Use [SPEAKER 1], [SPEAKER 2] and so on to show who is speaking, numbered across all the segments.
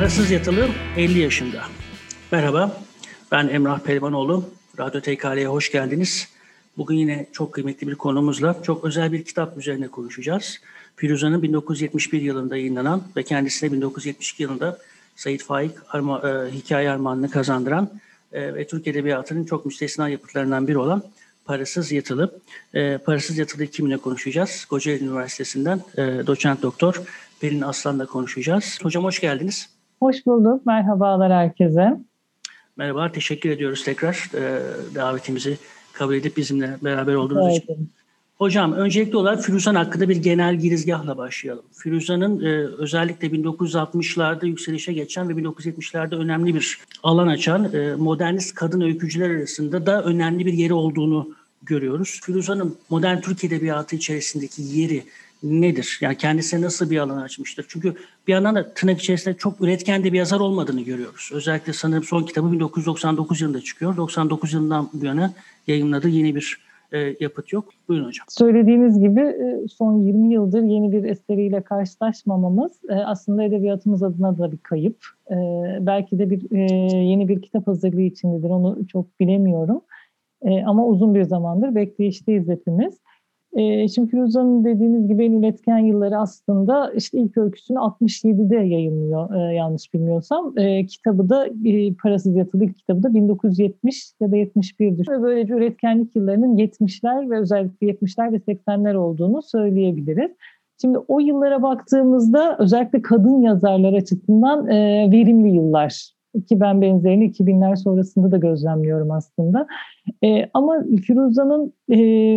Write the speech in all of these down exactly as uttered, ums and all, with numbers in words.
[SPEAKER 1] Parasız Yatılı elli yaşında. Merhaba, ben Emrah Pelvanoğlu. Radyo T K L'ye hoş geldiniz. Bugün yine çok kıymetli bir konumuzla çok özel bir kitap üzerine konuşacağız. Firuza'nın bin dokuz yüz yetmiş bir yılında yayınlanan ve kendisine bin dokuz yüz yetmiş iki yılında Sait Faik Arma, e, hikaye armağanını kazandıran e, ve Türk Edebiyatı'nın çok müstesna yapıtlarından biri olan Parasız Yatılı. E, Parasız Yatılı kiminle konuşacağız? Kocaeli Üniversitesi'nden e, doçent doktor Pelin Aslan'la konuşacağız. Hocam hoş geldiniz.
[SPEAKER 2] Hoş bulduk. Merhabalar herkese.
[SPEAKER 1] Merhaba, teşekkür ediyoruz tekrar e, davetimizi kabul edip bizimle beraber olduğunuz
[SPEAKER 2] Evet.
[SPEAKER 1] için. Hocam, öncelikli olarak Firuzan hakkında bir genel girizgahla başlayalım. Firuzan'ın e, özellikle bin dokuz yüz altmışlarda yükselişe geçen ve bin dokuz yüz yetmişlerde önemli bir alan açan e, modernist kadın öykücüler arasında da önemli bir yeri olduğunu görüyoruz. Firuzan'ın modern Türk Edebiyatı içerisindeki yeri nedir? Yani kendisine nasıl bir alan açmıştır? Çünkü bir yandan da tırnak içerisinde çok üretken de bir yazar olmadığını görüyoruz. Özellikle sanırım son kitabı bin dokuz yüz doksan dokuz yılında çıkıyor. doksan dokuz yılından bu yana yayınladığı yeni bir e, yapıt yok. Buyurun hocam.
[SPEAKER 2] Söylediğiniz gibi son yirmi yıldır yeni bir eseriyle karşılaşmamamız aslında edebiyatımız adına da bir kayıp. Belki de bir yeni bir kitap hazırlığı içindedir. Onu çok bilemiyorum. Ama uzun bir zamandır bekleyişteyiz hepimiz. E, şimdi Firuza'nın dediğiniz gibi en üretken yılları aslında işte ilk öyküsünü altmış yedide yayınlıyor e, yanlış bilmiyorsam. E, kitabı da e, Parasız Yatılı ilk kitabı da bin dokuz yüz yetmiş ya da yetmiş birdir. Ve böylece üretkenlik yıllarının yetmişler ve özellikle yetmişler ve seksenler olduğunu söyleyebiliriz. Şimdi o yıllara baktığımızda özellikle kadın yazarlar açısından e, verimli yıllar. Ki ben benzerini iki binler sonrasında da gözlemliyorum aslında. E, ama Firuza'nın e,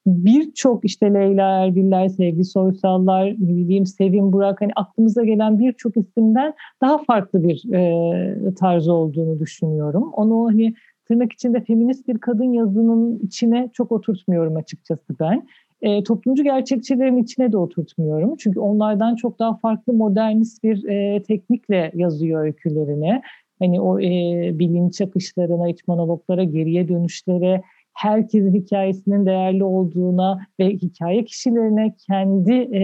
[SPEAKER 2] birçok işte Leyla Erbiller, Sevgi Soysallar, ne bileyim Sevim Burak, hani aklımıza gelen birçok isimden daha farklı bir e, tarzı olduğunu düşünüyorum. Onu hani tırnak içinde feminist bir kadın yazının içine çok oturtmuyorum açıkçası ben. E, toplumcu gerçekçilerin içine de oturtmuyorum. Çünkü onlardan çok daha farklı modernist bir e, teknikle yazıyor öykülerini. Hani o e, bilinç akışlarına, iç monologlara, geriye dönüşlere, herkesin hikayesinin değerli olduğuna ve hikaye kişilerine kendi e,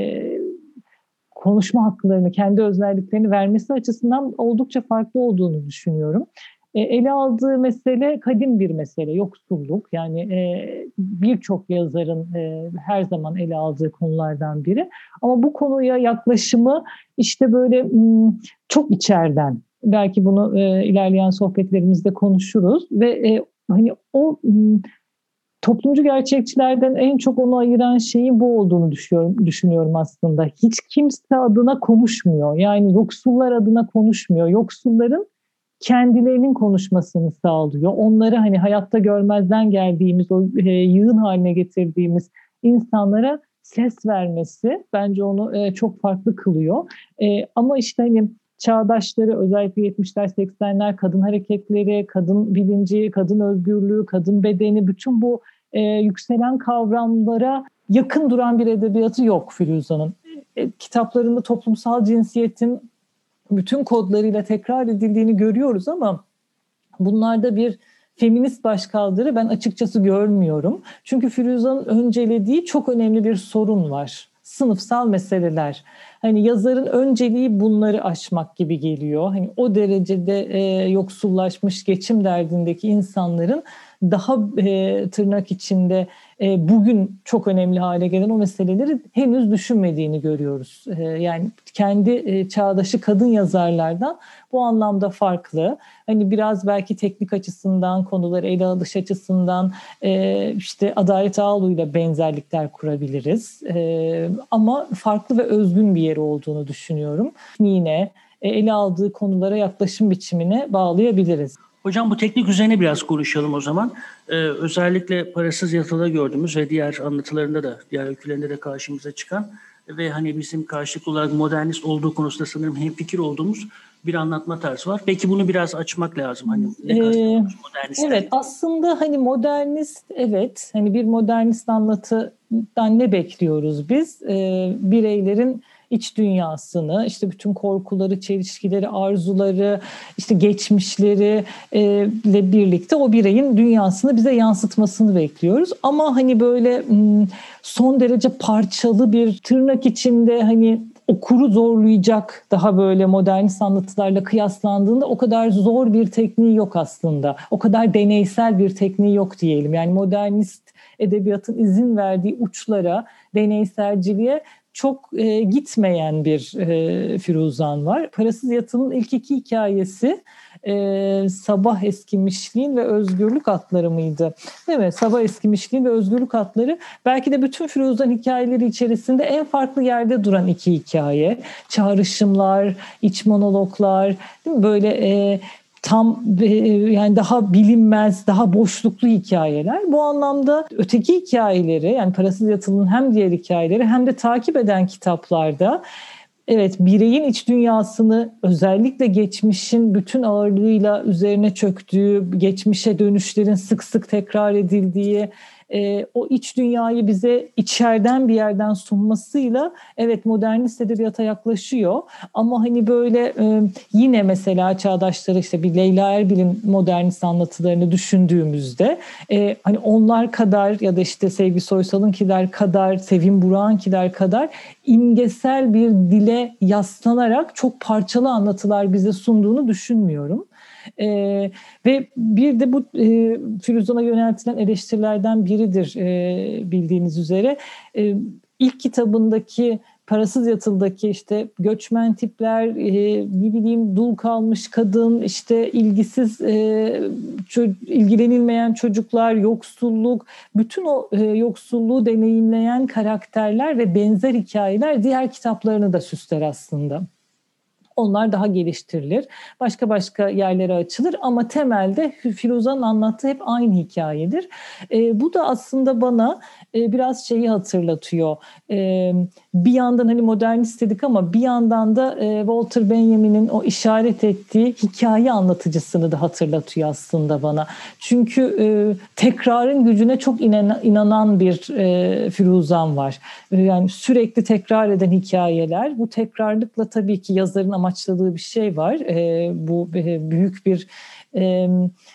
[SPEAKER 2] konuşma haklarını, kendi özelliklerini vermesi açısından oldukça farklı olduğunu düşünüyorum. E, ele aldığı mesele kadim bir mesele, yoksulluk. Yani e, birçok yazarın e, her zaman ele aldığı konulardan biri. Ama bu konuya yaklaşımı işte böyle m, çok içeriden. Belki bunu e, ilerleyen sohbetlerimizde konuşuruz ve e, hani o m, toplumcu gerçekçilerden en çok onu ayıran şeyin bu olduğunu düşünüyorum, düşünüyorum aslında. Hiç kimse adına konuşmuyor. Yani yoksullar adına konuşmuyor. Yoksulların kendilerinin konuşmasını sağlıyor. Onları hani hayatta görmezden geldiğimiz, o e, yığın haline getirdiğimiz insanlara ses vermesi bence onu e, çok farklı kılıyor. E, ama işte hani çağdaşları, özellikle yetmişler seksenler kadın hareketleri, kadın bilinci, kadın özgürlüğü, kadın bedeni, bütün bu e, yükselen kavramlara yakın duran bir edebiyatı yok Firuza'nın. E, kitaplarında toplumsal cinsiyetin bütün kodlarıyla tekrar edildiğini görüyoruz ama bunlarda bir feminist başkaldırı ben açıkçası görmüyorum. Çünkü Firuza'nın öncelediği çok önemli bir sorun var. Sınıfsal meseleler. Hani yazarın önceliği bunları aşmak gibi geliyor. Hani o derecede e, yoksullaşmış, geçim derdindeki insanların daha e, tırnak içinde e, bugün çok önemli hale gelen o meseleleri henüz düşünmediğini görüyoruz. E, yani kendi e, çağdaşı kadın yazarlardan bu anlamda farklı. Hani biraz belki teknik açısından, konuları ele alış açısından e, işte Adalet Ağaoğlu'yla benzerlikler kurabiliriz. E, ama farklı ve özgün bir yeri olduğunu düşünüyorum. Yine e, ele aldığı konulara yaklaşım biçimine bağlayabiliriz.
[SPEAKER 1] Hocam bu teknik üzerine biraz konuşalım o zaman. Ee, özellikle Parasız Yatılı gördüğümüz ve diğer anlatılarında da, diğer öykülerinde de karşımıza çıkan ve hani bizim karşılıklı olarak modernist olduğu konusunda sanırım hemfikir olduğumuz bir anlatma tarzı var. Peki bunu biraz açmak lazım. Hani ne kastediyoruz
[SPEAKER 2] ee,
[SPEAKER 1] modernistten?
[SPEAKER 2] Evet, aslında hani modernist, evet, hani bir modernist anlatıdan ne bekliyoruz biz? Ee, bireylerin iç dünyasını, işte bütün korkuları, çelişkileri, arzuları, işte geçmişleri e, ile birlikte o bireyin dünyasını bize yansıtmasını bekliyoruz. Ama hani böyle son derece parçalı bir, tırnak içinde hani okuru zorlayacak, daha böyle modernist anlatılarla kıyaslandığında o kadar zor bir tekniği yok aslında. O kadar deneysel bir tekniği yok diyelim. Yani modernist edebiyatın izin verdiği uçlara, deneyselciliğe çok e, gitmeyen bir e, Firuzan var. Parasız Yatıl'ın ilk iki hikayesi e, Sabah Eskimişliğin ve Özgürlük Atları mıydı? Değil mi? Sabah Eskimişliğin ve Özgürlük Atları belki de bütün Firuzan hikayeleri içerisinde en farklı yerde duran iki hikaye. Çağrışımlar, iç monologlar, değil mi? Böyle e, tam yani daha bilinmez, daha boşluklu hikayeler. Bu anlamda öteki hikayeleri, yani Parasız Yatıl'ın hem diğer hikayeleri hem de takip eden kitaplarda evet, bireyin iç dünyasını, özellikle geçmişin bütün ağırlığıyla üzerine çöktüğü, geçmişe dönüşlerin sık sık tekrar edildiği, e, o iç dünyayı bize içeriden bir yerden sunmasıyla evet modernist edebiyata yaklaşıyor. Ama hani böyle e, yine mesela çağdaşları, işte bir Leyla Erbil'in modernist anlatılarını düşündüğümüzde e, hani onlar kadar ya da işte Sevgi Soysal'ınkiler kadar, Sevim Burak'ınkiler kadar imgesel bir dile yaslanarak çok parçalı anlatılar bize sunduğunu düşünmüyorum. Ee, ve bir de bu e, Firuzan'a yöneltilen eleştirilerden biridir e, bildiğiniz üzere. E, ilk kitabındaki Parasız Yatıl'daki işte göçmen tipler, e, ne bileyim dul kalmış kadın, işte ilgisiz, e, ço- ilgilenilmeyen çocuklar, yoksulluk, bütün o e, yoksulluğu deneyimleyen karakterler ve benzer hikayeler diğer kitaplarını da süsler aslında. Onlar daha geliştirilir. Başka başka yerlere açılır ama temelde Firuzan'ın anlattığı hep aynı hikayedir. E, bu da aslında bana e, biraz şeyi hatırlatıyor. E, bir yandan hani modernist dedik ama bir yandan da e, Walter Benjamin'in o işaret ettiği hikaye anlatıcısını da hatırlatıyor aslında bana. Çünkü e, tekrarın gücüne çok inanan, inanan bir e, Firuzan var. E, yani sürekli tekrar eden hikayeler. Bu tekrarlıkla tabii ki yazarın amaçladığı bir şey var. E, bu e, büyük bir e,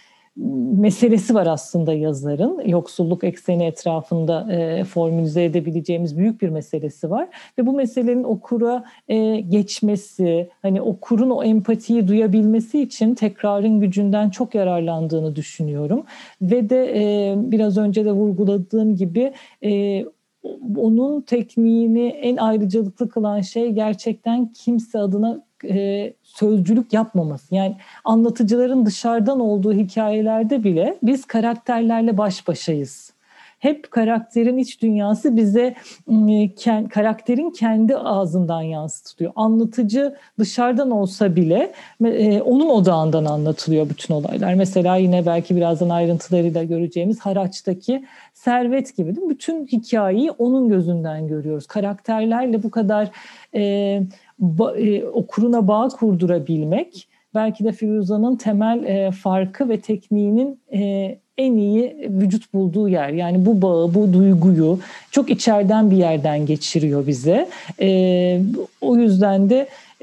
[SPEAKER 2] meselesi var aslında yazarın. Yoksulluk ekseni etrafında e, formülize edebileceğimiz büyük bir meselesi var. Ve bu meselenin okura e, geçmesi, hani okurun o empatiyi duyabilmesi için tekrarın gücünden çok yararlandığını düşünüyorum. Ve de e, biraz önce de vurguladığım gibi e, onun tekniğini en ayrıcalıklı kılan şey gerçekten kimse adına e, sözcülük yapmaması. Yani anlatıcıların dışarıdan olduğu hikayelerde bile biz karakterlerle baş başayız. Hep karakterin iç dünyası bize e, karakterin kendi ağzından yansıtılıyor. Anlatıcı dışarıdan olsa bile e, onun odağından anlatılıyor bütün olaylar. Mesela yine belki birazdan ayrıntılarıyla göreceğimiz Haraç'taki Servet gibi değil mi? Bütün hikayeyi onun gözünden görüyoruz. Karakterlerle bu kadar e, ba, e, okuruna bağ kurdurabilmek belki de Firuzan'ın temel e, farkı ve tekniğinin e, en iyi vücut bulduğu yer. Yani bu bağı, bu duyguyu çok içeriden bir yerden geçiriyor bize. E, o yüzden de e,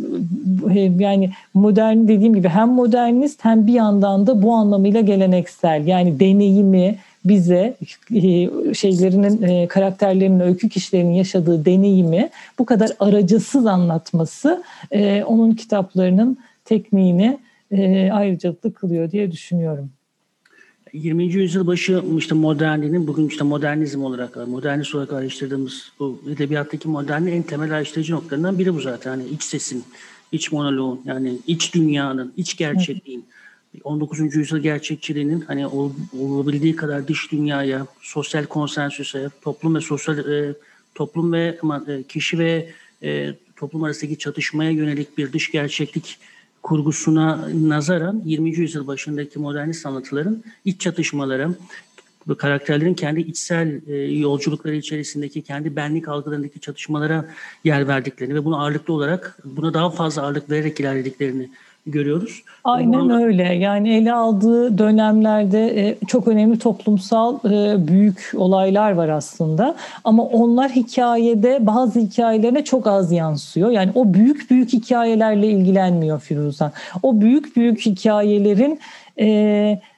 [SPEAKER 2] yani modern, dediğim gibi hem modernist hem bir yandan da bu anlamıyla geleneksel. Yani deneyimi bize şeylerinin, karakterlerinin, öykü kişilerinin yaşadığı deneyimi bu kadar aracısız anlatması onun kitaplarının tekniğini ayrıcalıklı kılıyor diye düşünüyorum.
[SPEAKER 1] yirminci yüzyıl başı işte modernliğinin bugün işte modernizm olarak, modernist olarak araştırdığımız bu edebiyattaki modernliğin en temel araştırıcı noktalarından biri bu zaten. Yani iç sesin, iç monoloğun, yani iç dünyanın, iç gerçekliğin, on dokuzuncu yüzyıl gerçekçiliğinin hani olabildiği kadar dış dünyaya, sosyal konsensüse, toplum ve sosyal e, toplum ve e, kişi ve e, toplum arasındaki çatışmaya yönelik bir dış gerçeklik kurgusuna nazaran yirminci yüzyıl başındaki modernist anlatıların iç çatışmaları, karakterlerin kendi içsel e, yolculukları içerisindeki kendi benlik algılarındaki çatışmalara yer verdiklerini ve bunu ağırlıklı olarak, buna daha fazla ağırlık vererek ilerlediklerini görüyoruz.
[SPEAKER 2] Aynen
[SPEAKER 1] Bu,
[SPEAKER 2] öyle. Yani ele aldığı dönemlerde çok önemli toplumsal büyük olaylar var aslında. Ama onlar hikayede, bazı hikayelerine çok az yansıyor. Yani o büyük büyük hikayelerle ilgilenmiyor Firuzan. O büyük büyük hikayelerin e,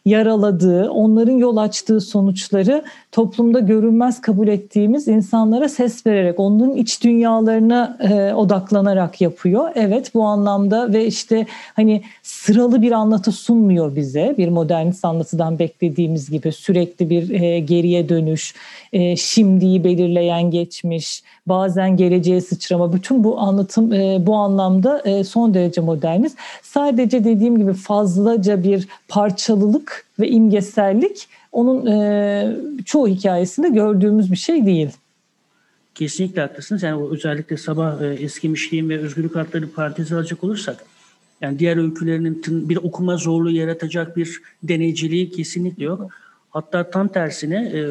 [SPEAKER 2] yaraladığı, onların yol açtığı sonuçları toplumda görünmez kabul ettiğimiz insanlara ses vererek, onların iç dünyalarına e, odaklanarak yapıyor. Evet, bu anlamda ve işte hani sıralı bir anlatı sunmuyor bize. Bir modernist anlatıdan beklediğimiz gibi sürekli bir e, geriye dönüş, e, şimdiyi belirleyen geçmiş, bazen geleceğe sıçrama. Bütün bu anlatım e, bu anlamda e, son derece modernist. Sadece dediğim gibi fazlaca bir parçalılık ve imgesellik onun e, çoğu hikayesinde gördüğümüz bir şey değil.
[SPEAKER 1] Kesinlikle haklısınız. Yani o özellikle Sabah e, Eskimişliğin ve Özgürlük Adları parantezi alacak olursak, yani diğer öykülerinin bir okuma zorluğu yaratacak bir deneyiciliği kesinlikle yok. Hatta tam tersine e,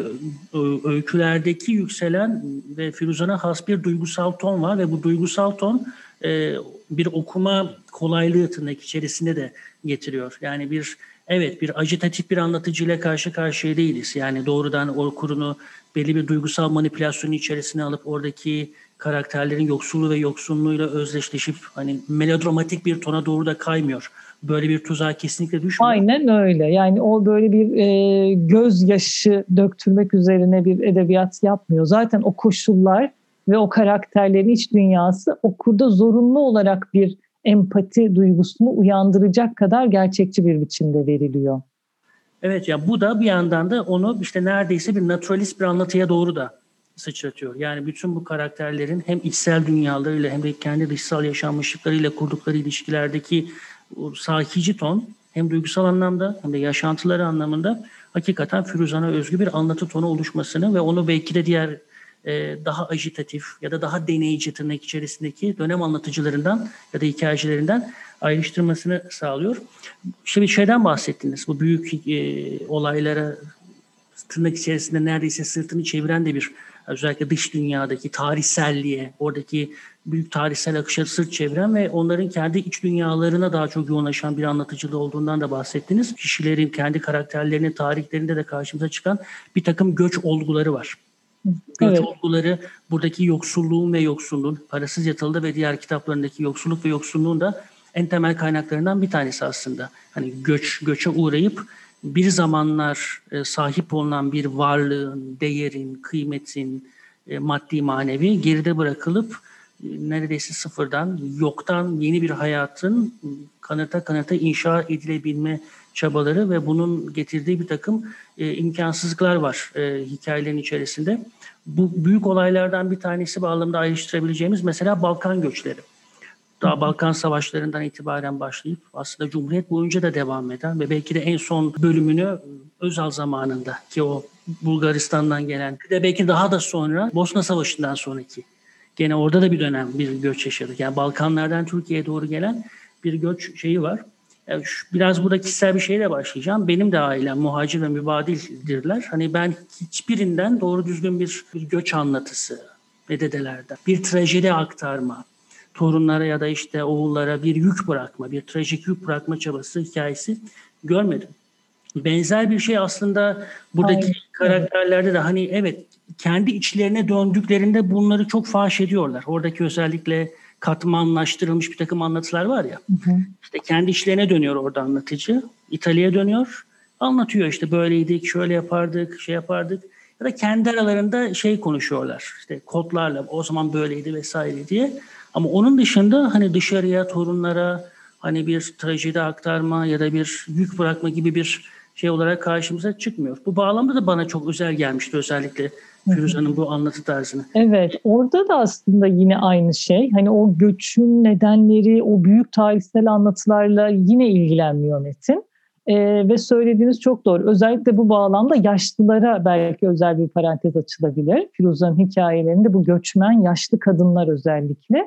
[SPEAKER 1] öykülerdeki yükselen ve Firuzan'a has bir duygusal ton var ve bu duygusal ton e, bir okuma kolaylığı tırnak içerisinde de getiriyor. Yani bir evet bir ajitatif bir anlatıcıyla karşı karşıya değiliz. Yani doğrudan okurunu belli bir duygusal manipülasyonun içerisine alıp oradaki karakterlerin yoksulluğu ve yoksunluğuyla özdeşleşip hani melodramatik bir tona doğru da kaymıyor. Böyle bir tuzağa kesinlikle düşmüyor.
[SPEAKER 2] Aynen öyle. Yani o böyle bir e, gözyaşı döktürmek üzerine bir edebiyat yapmıyor. Zaten o koşullar ve o karakterlerin iç dünyası okurda zorunlu olarak bir empati duygusunu uyandıracak kadar gerçekçi bir biçimde veriliyor.
[SPEAKER 1] Evet ya, bu da bir yandan da onu işte neredeyse bir naturalist bir anlatıya doğru da sıçratıyor. Yani bütün bu karakterlerin hem içsel dünyalarıyla hem de kendi dışsal yaşanmışlıklarıyla kurdukları ilişkilerdeki o sahici ton hem duygusal anlamda hem de yaşantıları anlamında hakikaten Firuzan'a özgü bir anlatı tonu oluşmasını ve onu belki de diğer e, daha ajitatif ya da daha deneyici tırnak içerisindeki dönem anlatıcılarından ya da hikayecilerinden ayrıştırmasını sağlıyor. Şimdi şeyden bahsettiniz, bu büyük e, olaylara tırnak içerisinde neredeyse sırtını çeviren de bir, özellikle dış dünyadaki tarihselliğe, oradaki büyük tarihsel akışa sırt çeviren ve onların kendi iç dünyalarına daha çok yoğunlaşan bir anlatıcılığı olduğundan da bahsettiniz. Kişilerin kendi karakterlerinin tarihlerinde de karşımıza çıkan bir takım göç olguları var. Göç evet. olguları buradaki yoksulluğun ve yoksulluğun, Parasız Yatılı'da ve diğer kitaplarındaki yoksulluk ve yoksulluğun da en temel kaynaklarından bir tanesi aslında. Hani göç, göçe uğrayıp bir zamanlar e, sahip olunan bir varlığın, değerin, kıymetin, e, maddi manevi geride bırakılıp e, neredeyse sıfırdan, yoktan yeni bir hayatın kanıta kanıta inşa edilebilme çabaları ve bunun getirdiği bir takım e, imkansızlıklar var e, hikayelerin içerisinde. Bu büyük olaylardan bir tanesi bağlamında ayrıştırabileceğimiz mesela Balkan göçleri. Daha Balkan Savaşları'ndan itibaren başlayıp aslında Cumhuriyet boyunca da devam eden ve belki de en son bölümünü Özal zamanında ki o Bulgaristan'dan gelen ve belki daha da sonra Bosna Savaşı'ndan sonraki gene orada da bir dönem bir göç yaşadık. Yani Balkanlardan Türkiye'ye doğru gelen bir göç şeyi var. Yani şu, biraz burada kişisel bir şeyle başlayacağım. Benim de ailem muhacir ve mübadildirler. Hani ben hiçbirinden doğru düzgün bir, bir göç anlatısı ve dedelerden, bir trajedi aktarma, torunlara ya da işte oğullara bir yük bırakma, bir trajik yük bırakma çabası, hikayesi görmedim. Benzer bir şey aslında buradaki Aynen. karakterlerde de hani evet kendi içlerine döndüklerinde bunları çok faş ediyorlar. Oradaki özellikle katmanlaştırılmış bir takım anlatılar var ya. Hı hı. İşte kendi içlerine dönüyor orada anlatıcı. İtalya'ya dönüyor. Anlatıyor işte böyleydik, şöyle yapardık, şey yapardık. Ya da kendi aralarında şey konuşuyorlar. İşte kodlarla o zaman böyleydi vesaire diye. Ama onun dışında hani dışarıya, torunlara hani bir trajedi aktarma ya da bir yük bırakma gibi bir şey olarak karşımıza çıkmıyor. Bu bağlamda da bana çok özel gelmişti özellikle Firuzan'ın bu anlatı tarzını.
[SPEAKER 2] Evet, orada da aslında yine aynı şey. Hani o göçün nedenleri, o büyük tarihsel anlatılarla yine ilgilenmiyor Metin. Ee, ve söylediğiniz çok doğru. Özellikle bu bağlamda yaşlılara belki özel bir parantez açılabilir. Firuzan'ın hikayelerinde bu göçmen yaşlı kadınlar özellikle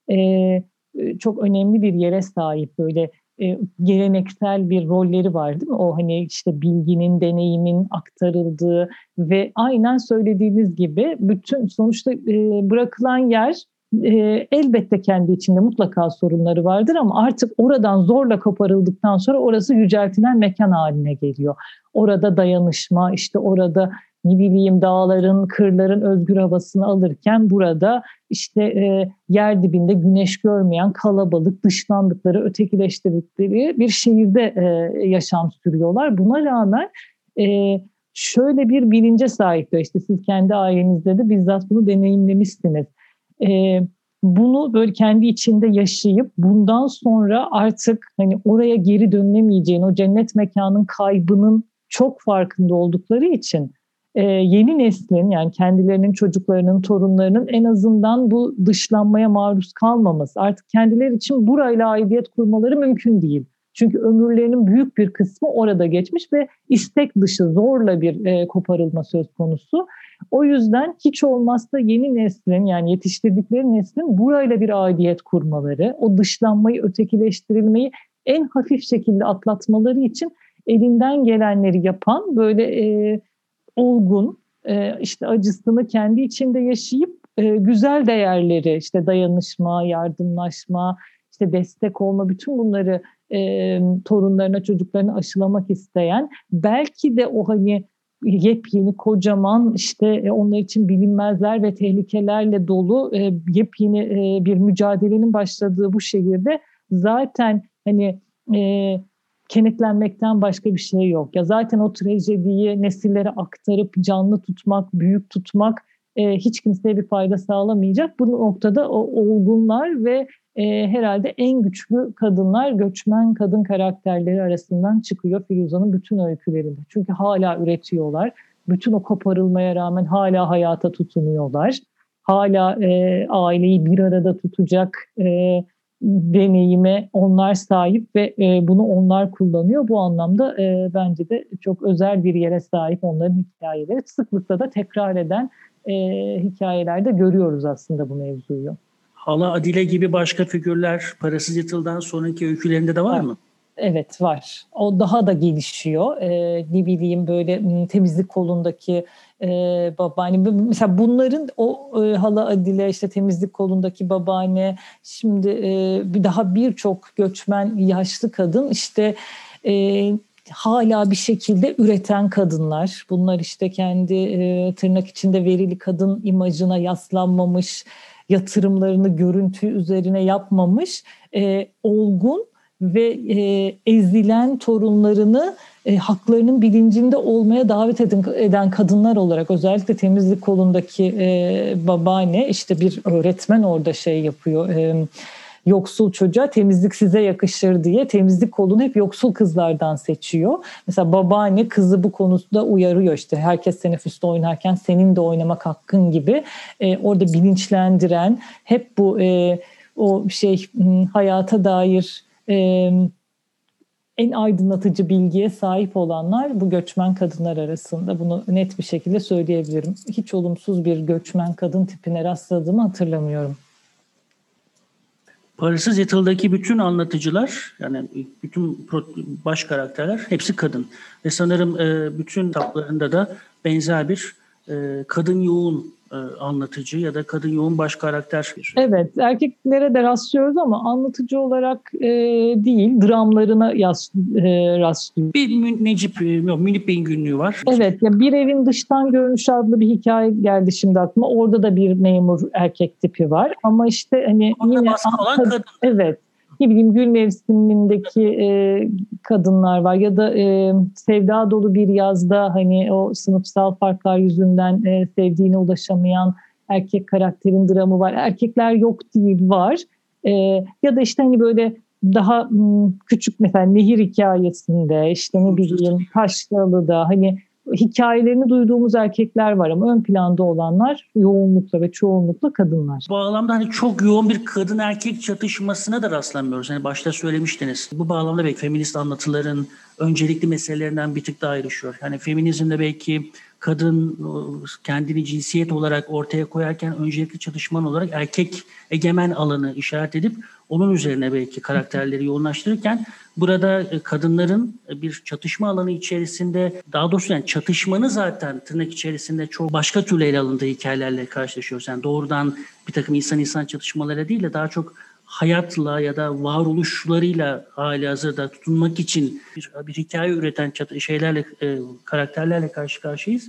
[SPEAKER 2] e, çok önemli bir yere sahip, böyle e, geleneksel bir rolleri var değil mi? O hani işte bilginin, deneyimin aktarıldığı ve aynen söylediğiniz gibi bütün sonuçta e, bırakılan yer e, elbette kendi içinde mutlaka sorunları vardır ama artık oradan zorla koparıldıktan sonra orası yüceltilen mekan haline geliyor. Orada dayanışma, işte orada ne bileyim dağların, kırların özgür havasını alırken burada işte e, yer dibinde güneş görmeyen kalabalık, dışlandıkları, ötekileştirdikleri bir şehirde e, yaşam sürüyorlar. Buna rağmen e, şöyle bir bilince sahipler. İşte siz kendi ailenizde de bizzat bunu deneyimlemişsiniz. E, bunu böyle kendi içinde yaşayıp bundan sonra artık hani oraya geri dönülemeyeceğin, o cennet mekanın kaybının çok farkında oldukları için e, yeni neslin, yani kendilerinin çocuklarının, torunlarının en azından bu dışlanmaya maruz kalmaması, artık kendileri için burayla aidiyet kurmaları mümkün değil. Çünkü ömürlerinin büyük bir kısmı orada geçmiş ve istek dışı zorla bir e, koparılma söz konusu. O yüzden hiç olmazsa yeni neslin, yani yetiştirdikleri neslin burayla bir aidiyet kurmaları, o dışlanmayı, ötekileştirilmeyi en hafif şekilde atlatmaları için elinden gelenleri yapan, böyle e, olgun, e, işte acısını kendi içinde yaşayıp e, güzel değerleri, işte dayanışma, yardımlaşma, işte destek olma, bütün bunları e, torunlarına, çocuklarına aşılamak isteyen, belki de o hani yepyeni, kocaman, işte e, onlar için bilinmezler ve tehlikelerle dolu e, yepyeni e, bir mücadelenin başladığı bu şehirde zaten hani e, kenetlenmekten başka bir şey yok. Ya zaten o trajediyi nesillere aktarıp canlı tutmak, büyük tutmak e, hiç kimseye bir fayda sağlamayacak. Bu noktada o olgunlar ve e, herhalde en güçlü kadınlar, göçmen kadın karakterleri arasından çıkıyor Firuza'nın bütün öykülerinde. Çünkü hala üretiyorlar. Bütün o koparılmaya rağmen hala hayata tutunuyorlar. Hala e, aileyi bir arada tutacak e, deneyime onlar sahip ve e, bunu onlar kullanıyor. Bu anlamda e, bence de çok özel bir yere sahip onların hikayeleri. Sıklıkla da tekrar eden e, hikayelerde görüyoruz aslında bu mevzuyu.
[SPEAKER 1] Hala Adile gibi başka figürler Parasız Yatıl'dan sonraki öykülerinde de var mı?
[SPEAKER 2] Evet, var. O daha da gelişiyor. Ee, ne bileyim böyle temizlik kolundaki e, babaanne. Mesela bunların o e, hala Adile, işte temizlik kolundaki babaanne, şimdi e, bir daha birçok göçmen yaşlı kadın işte e, hala bir şekilde üreten kadınlar. Bunlar işte kendi e, tırnak içinde verili kadın imajına yaslanmamış, yatırımlarını görüntü üzerine yapmamış, e, olgun ve e, ezilen torunlarını e, haklarının bilincinde olmaya davet eden, eden kadınlar olarak, özellikle temizlik kolundaki e, babaanne, işte bir öğretmen orada şey yapıyor, e, yoksul çocuğa temizlik size yakışır diye temizlik kolunu hep yoksul kızlardan seçiyor. Mesela babaanne kızı bu konuda uyarıyor, işte herkes teneffüste oynarken senin de oynamak hakkın gibi. E, orada bilinçlendiren, hep bu e, o şey hayata dair e, en aydınlatıcı bilgiye sahip olanlar bu göçmen kadınlar arasında. Bunu net bir şekilde söyleyebilirim. Hiç olumsuz bir göçmen kadın tipine rastladığımı hatırlamıyorum.
[SPEAKER 1] Parasız Yatıl'daki bütün anlatıcılar, yani bütün baş karakterler hepsi kadın. Ve sanırım bütün kitaplarında da benzer bir kadın yoğun anlatıcı ya da kadın yoğun baş karakter.
[SPEAKER 2] Evet, erkeklere de rastlıyoruz ama anlatıcı olarak e, değil, dramlarına yas, e, rastlıyoruz.
[SPEAKER 1] Bir Necip, yok, Münip Bey'in günlüğü var.
[SPEAKER 2] Evet, ya Bir Evin Dıştan Görünüşü adlı bir hikaye geldi şimdi aklıma. Orada da bir memur erkek tipi var. Ama işte hani
[SPEAKER 1] orada
[SPEAKER 2] yine
[SPEAKER 1] baskın olan kadın.
[SPEAKER 2] Evet. Ne bileyim Gül Mevsimi'ndeki e, kadınlar var ya da e, Sevda Dolu Bir Yazda hani o sınıfsal farklar yüzünden e, sevdiğine ulaşamayan erkek karakterin dramı var. Erkekler yok değil, var. E, ya da işte hani böyle daha m, küçük, mesela Nehir hikayesinde, işte ne bileyim Taşralı'da hani hikayelerini duyduğumuz erkekler var ama ön planda olanlar yoğunlukla ve çoğunlukla kadınlar.
[SPEAKER 1] Bu bağlamda hani çok yoğun bir kadın erkek çatışmasına da rastlamıyoruz. Hani başta söylemiştiniz. Bu bağlamda belki feminist anlatıların öncelikli meselelerinden bir tık daha ayrışıyor. Yani feminizmde belki kadın kendini cinsiyet olarak ortaya koyarken öncelikli çalışman olarak erkek egemen alanı işaret edip onun üzerine belki karakterleri yoğunlaştırırken burada kadınların bir çatışma alanı içerisinde, daha doğrusu yani çatışmanı zaten tırnak içerisinde çok başka türlü ele alındığı hikayelerle karşılaşıyoruz. Yani doğrudan bir takım insan insan çatışmalara değil de daha çok hayatla ya da varoluşlarıyla hali hazırda tutunmak için bir, bir hikaye üreten çatı, şeylerle, e, karakterlerle karşı karşıyayız.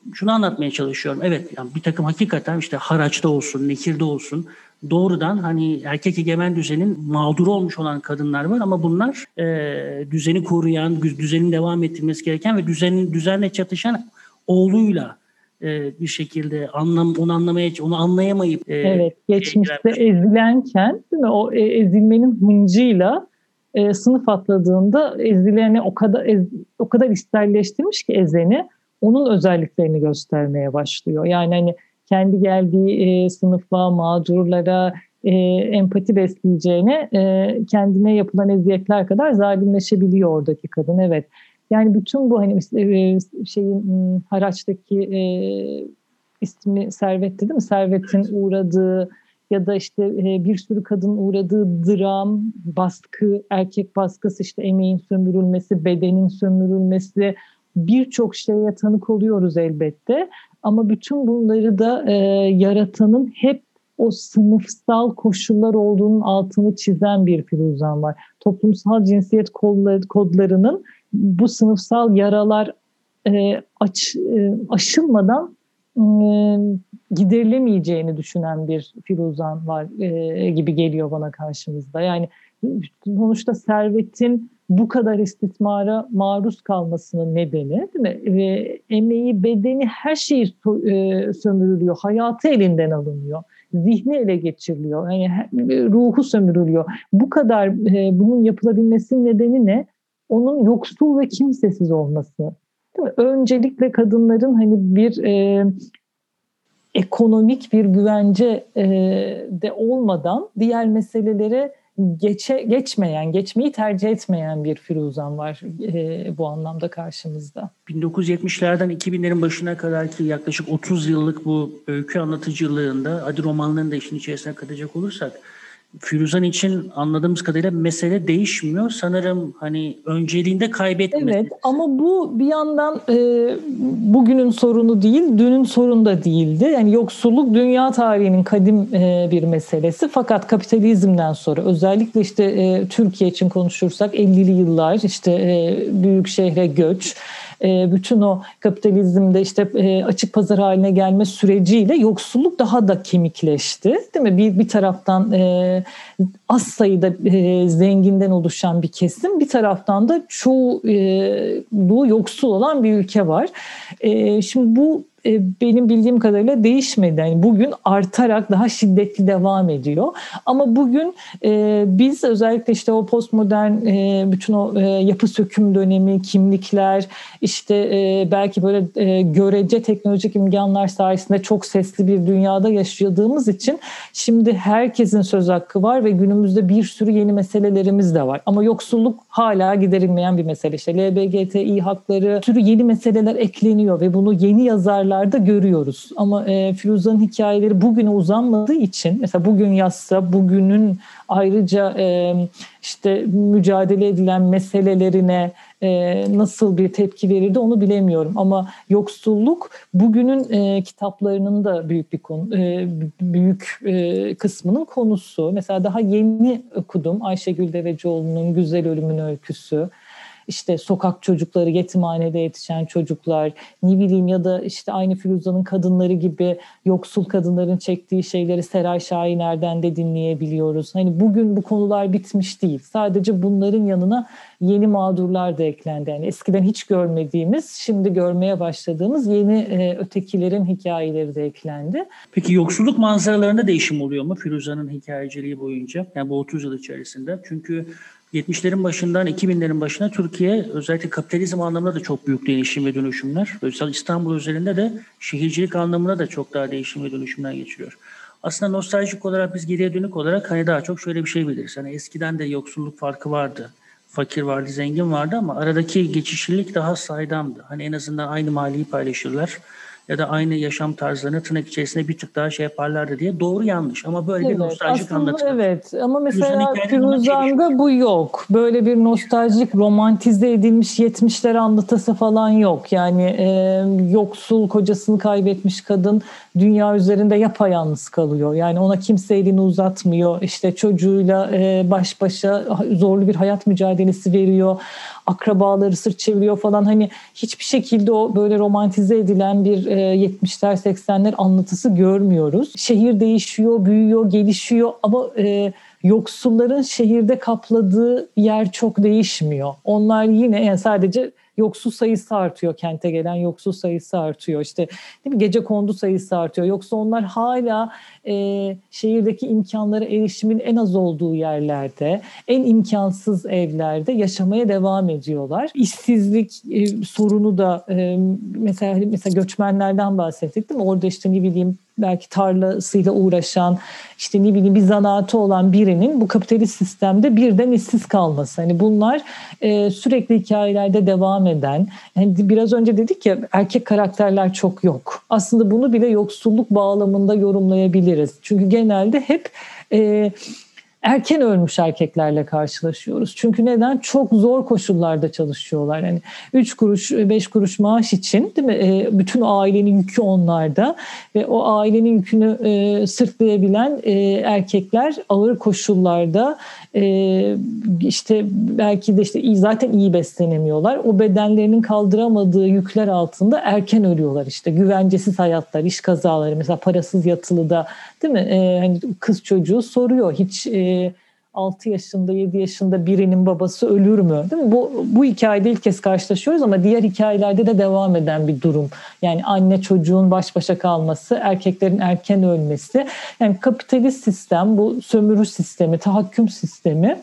[SPEAKER 1] şunu anlatmaya çalışıyorum. Evet, yani bir takım hakikaten işte haraçta olsun, nekirde olsun doğrudan hani erkek egemen düzenin mağduru olmuş olan kadınlar var ama bunlar e, düzeni koruyan, düzenin devam ettirmesi gereken ve düzenin düzenle çatışan oğluyla e, bir şekilde anlam onu anlamaya onu anlayamayıp e,
[SPEAKER 2] evet, geçmişte
[SPEAKER 1] giren...
[SPEAKER 2] ezilenken değil mi? O e, ezilmenin hıncıyla e, sınıf atladığında ezileni o kadar ez, o kadar içselleştirmiş ki ezeni onun özelliklerini göstermeye başlıyor. Yani hani kendi geldiği e, sınıfa, mağdurlara e, empati besleyeceğine e, kendine yapılan eziyetler kadar zalimleşebiliyor oradaki kadın. Evet. Yani bütün bu hani e, şeyin haraçtaki e, ismi Servet'ti değil mi? Servet'in uğradığı ya da işte e, bir sürü kadın uğradığı dram, baskı, erkek baskısı, işte emeğin sömürülmesi, bedenin sömürülmesi, birçok şeye tanık oluyoruz elbette. Ama bütün bunları da e, yaratanın hep o sınıfsal koşullar olduğunun altını çizen bir Firuzan var. Toplumsal cinsiyet kodları, kodlarının bu sınıfsal yaralar e, aç, e, aşılmadan e, giderilemeyeceğini düşünen bir Firuzan var e, gibi geliyor bana karşımızda. Yani sonuçta servetin bu kadar istismara maruz kalmasının nedeni, değil mi? Ve emeği, bedeni, her şeyi e, sömürülüyor. Hayatı elinden alınıyor. Zihni ele geçiriliyor. Yani ruhu sömürülüyor. Bu kadar e, bunun yapılabilmesinin nedeni ne? Onun yoksul ve kimsesiz olması. Değil mi? Öncelikle kadınların hani bir e, ekonomik bir güvence e, de olmadan diğer meselelere geçe, geçmeyen, geçmeyi tercih etmeyen bir Firuzan var e, bu anlamda karşımızda.
[SPEAKER 1] bin dokuz yüz yetmişlerden iki binlerin başına kadar ki yaklaşık otuz yıllık bu öykü anlatıcılığında, hadi romanlarını da işin içerisine katacak olursak, Firuzan için anladığımız kadarıyla mesele değişmiyor. Sanırım hani önceliğinde kaybetmesi.
[SPEAKER 2] Evet, ama bu bir yandan e, bugünün sorunu değil, dünün sorunu da değildi. Yani yoksulluk dünya tarihinin kadim e, bir meselesi. Fakat kapitalizmden sonra özellikle işte e, Türkiye için konuşursak ellili yıllar işte e, büyük şehre göç, bütün o kapitalizmde işte açık pazar haline gelme süreciyle yoksulluk daha da kemikleşti, değil mi? Bir bir taraftan e, az sayıda e, zenginden oluşan bir kesim, bir taraftan da çoğu e, bu yoksul olan bir ülke var. E, şimdi bu e, benim bildiğim kadarıyla değişmedi. Yani bugün artarak daha şiddetli devam ediyor. Ama bugün e, biz özellikle işte o postmodern e, bütün o e, yapı söküm dönemi, kimlikler, işte e, belki böyle e, görece teknolojik imkanlar sayesinde çok sesli bir dünyada yaşadığımız için şimdi herkesin söz hakkı var ve günümüzde bir sürü yeni meselelerimiz de var. Ama yoksulluk hala giderilmeyen bir mesele. İşte L G B T İ hakları, bir sürü yeni meseleler ekleniyor ve bunu yeni yazarlarda görüyoruz. Ama e, Firuzan'ın hikayeleri bugüne uzanmadığı için, mesela bugün yazsa bugünün ayrıca e, işte mücadele edilen meselelerine e, nasıl bir tepki verirdi onu bilemiyorum. Ama yoksulluk bugünün e, kitaplarının da büyük bir konu, e, büyük e, kısmının konusu. Mesela daha yeni okudum Ayşegül Devecioğlu'nun Güzel Ölümün Öyküsü. İşte sokak çocukları, yetimhanede yetişen çocuklar, ne bileyim, ya da işte aynı Firuzan'ın kadınları gibi yoksul kadınların çektiği şeyleri Seray Şahiner'den de dinleyebiliyoruz. Hani bugün bu konular bitmiş değil. Sadece bunların yanına yeni mağdurlar da eklendi. Yani eskiden hiç görmediğimiz, şimdi görmeye başladığımız yeni e, ötekilerin hikayeleri de eklendi.
[SPEAKER 1] Peki yoksulluk manzaralarında değişim oluyor mu Firuzan'ın hikayeciliği boyunca? Yani bu otuz yıl içerisinde. Çünkü yetmişlerin başından iki binlerin başına Türkiye özellikle kapitalizm anlamında da çok büyük değişim ve dönüşümler. Özellikle İstanbul üzerinde de şehircilik anlamında da çok daha değişim ve dönüşümler geçiriyor. Aslında nostaljik olarak biz geriye dönük olarak hani daha çok şöyle bir şey biliriz. Hani eskiden de yoksulluk farkı vardı. Fakir vardı, zengin vardı ama aradaki geçişlilik daha saydamdı. Hani en azından aynı mahalleyi paylaşırlar ya da aynı yaşam tarzlarını tırnak içerisinde bir tık daha şey yaparlardı diye. Doğru yanlış ama böyle
[SPEAKER 2] Evet,
[SPEAKER 1] bir nostaljik anlatı.
[SPEAKER 2] Evet, ama mesela
[SPEAKER 1] Firuzan
[SPEAKER 2] Firuzan'da bu yok. Böyle bir nostaljik, romantize edilmiş yetmişler anlatısı falan yok. Yani e, yoksul, kocasını kaybetmiş kadın dünya üzerinde yapayalnız kalıyor. Yani ona kimse elini uzatmıyor. İşte çocuğuyla e, baş başa zorlu bir hayat mücadelesi veriyor. Akrabaları sırt çeviriyor falan. Hani hiçbir şekilde o böyle romantize edilen bir e, yetmişler seksenler anlatısı görmüyoruz. Şehir değişiyor, büyüyor, gelişiyor ama e, yoksulların şehirde kapladığı yer çok değişmiyor. Onlar yine yani sadece yoksul sayısı artıyor, kente gelen yoksul sayısı artıyor. İşte değil mi? Gecekondu sayısı artıyor. Yoksa onlar hala e, şehirdeki imkanlara erişimin en az olduğu yerlerde, en imkansız evlerde yaşamaya devam ediyorlar. İşsizlik e, sorunu da e, mesela mesela göçmenlerden bahsettik değil mi? Orada işte ne bileyim belki tarlasıyla uğraşan, işte ne bileyim bir zanaatı olan birinin bu kapitalist sistemde birden işsiz kalması. Hani bunlar e, sürekli hikayelerde devam eden, yani biraz önce dedik ya erkek karakterler çok yok. Aslında bunu bile yoksulluk bağlamında yorumlayabiliriz. Çünkü genelde hep e, erken ölmüş erkeklerle karşılaşıyoruz. Çünkü neden? Çok zor koşullarda çalışıyorlar. Yani üç kuruş, beş kuruş maaş için değil mi? E, bütün ailenin yükü onlarda ve o ailenin yükünü e, sırtlayabilen e, erkekler ağır koşullarda e, işte belki de işte zaten iyi beslenemiyorlar. O bedenlerinin kaldıramadığı yükler altında erken ölüyorlar işte. Güvencesiz hayatlar, iş kazaları, mesela parasız yatılıda değil mi? E, hani kız çocuğu soruyor hiç e, altı yaşında yedi yaşında birinin babası ölür mü? Değil mi? Bu, bu hikayede ilk kez karşılaşıyoruz ama diğer hikayelerde de devam eden bir durum. Yani anne çocuğun baş başa kalması, erkeklerin erken ölmesi. Yani kapitalist sistem, bu sömürü sistemi, tahakküm sistemi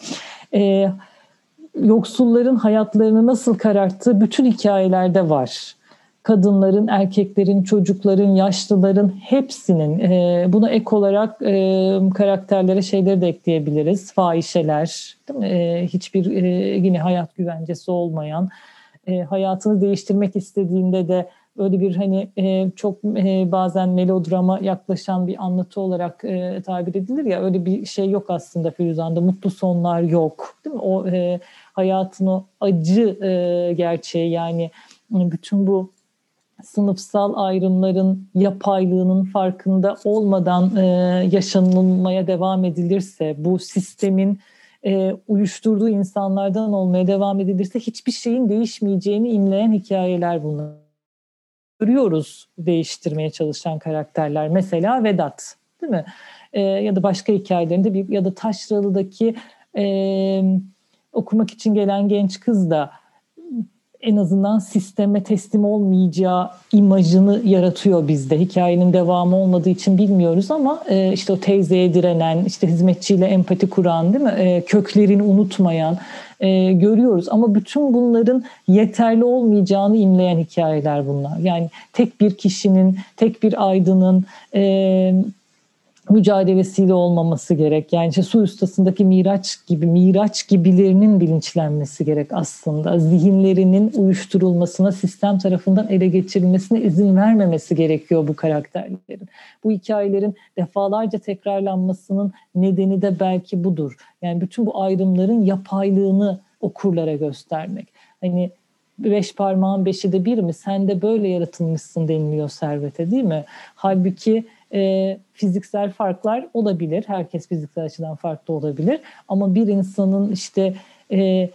[SPEAKER 2] e, yoksulların hayatlarını nasıl kararttığı bütün hikayelerde var. Kadınların, erkeklerin, çocukların, yaşlıların hepsinin e, buna ek olarak e, karakterlere şeyleri de ekleyebiliriz. Fahişeler, değil mi? E, hiçbir e, yine hayat güvencesi olmayan, e, hayatını değiştirmek istediğinde de öyle bir hani e, çok e, bazen melodrama yaklaşan bir anlatı olarak e, tabir edilir ya, öyle bir şey yok aslında Firuzan'da. Mutlu sonlar yok, değil mi? O e, hayatın o acı e, gerçeği, yani bütün bu sınıfsal ayrımların yapaylığının farkında olmadan e, yaşanılmaya devam edilirse, bu sistemin e, uyuşturduğu insanlardan olmaya devam edilirse hiçbir şeyin değişmeyeceğini imleyen hikayeler bunlar. Görüyoruz değiştirmeye çalışan karakterler. Mesela Vedat, değil mi? E, ya da başka hikayelerinde bir, ya da Taşralı'daki e, okumak için gelen genç kız da en azından sisteme teslim olmayacağı imajını yaratıyor bizde. Hikayenin devamı olmadığı için bilmiyoruz ama e, işte o teyzeye direnen, işte hizmetçiyle empati kuran, değil mi? E, köklerini unutmayan e, görüyoruz. Ama bütün bunların yeterli olmayacağını imleyen hikayeler bunlar. Yani tek bir kişinin, tek bir aydının e, mücadelesiyle olmaması gerek. Yani işte su ustasındaki Miraç gibi, Miraç gibilerinin bilinçlenmesi gerek aslında. Zihinlerinin uyuşturulmasına, sistem tarafından ele geçirilmesine izin vermemesi gerekiyor bu karakterlerin. Bu hikayelerin defalarca tekrarlanmasının nedeni de belki budur. Yani bütün bu ayrımların yapaylığını okurlara göstermek. Hani beş parmağın beşi de bir mi? Sen de böyle yaratılmışsın deniliyor Servet'e, değil mi? Halbuki E, fiziksel farklar olabilir. Herkes fiziksel açıdan farklı olabilir. Ama bir insanın işte e,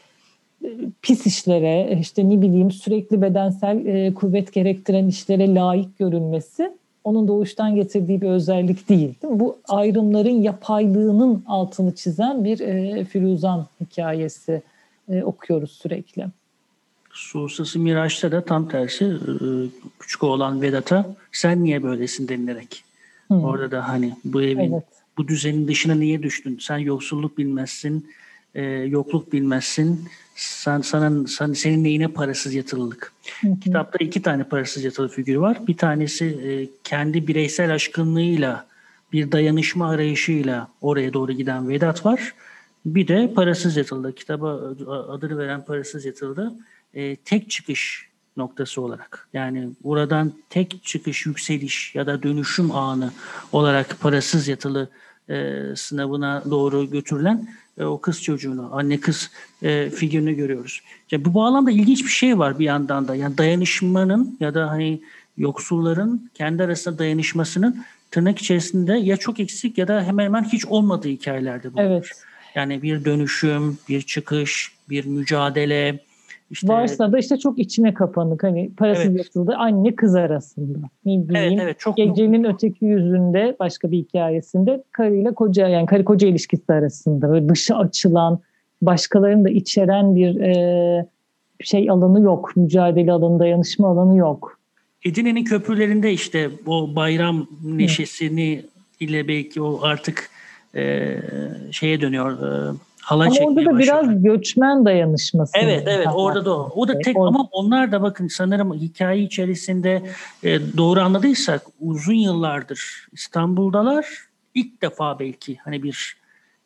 [SPEAKER 2] pis işlere, işte ne bileyim sürekli bedensel e, kuvvet gerektiren işlere layık görülmesi onun doğuştan getirdiği bir özellik değil. Değil mi? Bu ayrımların yapaylığının altını çizen bir e, Firuzan hikayesi e, okuyoruz sürekli.
[SPEAKER 1] Su ustası Miraç'ta da tam tersi, e, küçük oğlan Vedat'a sen niye böylesin denilerek. Hmm. Orada da hani bu evin, evet, bu düzenin dışına niye düştün? Sen yoksulluk bilmezsin, e, yokluk bilmezsin. Sen, sana, sen, senin neyine parasız yatırılık? Hı hı. Kitapta iki tane parasız yatılı figürü var. Bir tanesi e, kendi bireysel aşkınlığıyla, bir dayanışma arayışıyla oraya doğru giden Vedat var. Bir de parasız yatılıda, kitaba adını veren parasız yatılıda e, tek çıkış noktası olarak, yani buradan tek çıkış, yükseliş ya da dönüşüm anı olarak parasız yatılı e, sınavına doğru götürülen e, o kız çocuğunu, anne kız e, figürünü görüyoruz. İşte bu bağlamda ilginç bir şey var bir yandan da. Yani dayanışmanın ya da hani yoksulların kendi arasında dayanışmasının tırnak içerisinde ya çok eksik ya da hemen hemen hiç olmadığı hikayelerde bulunur.
[SPEAKER 2] Evet.
[SPEAKER 1] Yani bir dönüşüm, bir çıkış, bir mücadele. İşte,
[SPEAKER 2] varsa da işte çok içine kapanık, hani parasız
[SPEAKER 1] evet.
[SPEAKER 2] yatıldı anne kız arasında. Ne bileyim,
[SPEAKER 1] evet, evet, çok
[SPEAKER 2] gecenin öteki yüzünde başka bir hikayesinde karıyla koca, yani karı koca ilişkisi arasında böyle dışı açılan, başkalarını da içeren bir e, şey alanı yok. Mücadele alanı, dayanışma alanı yok.
[SPEAKER 1] Edirne'nin köprülerinde işte o bayram neşesini Hı. ile belki o artık e, şeye dönüyor. E, halay
[SPEAKER 2] ama
[SPEAKER 1] çekmeye
[SPEAKER 2] orada da
[SPEAKER 1] başlıyor.
[SPEAKER 2] Biraz göçmen dayanışması.
[SPEAKER 1] Evet evet orada da o. O da tek orada. Ama onlar da bakın sanırım hikaye içerisinde e, doğru anladıysak uzun yıllardır İstanbul'dalar. İlk defa belki hani bir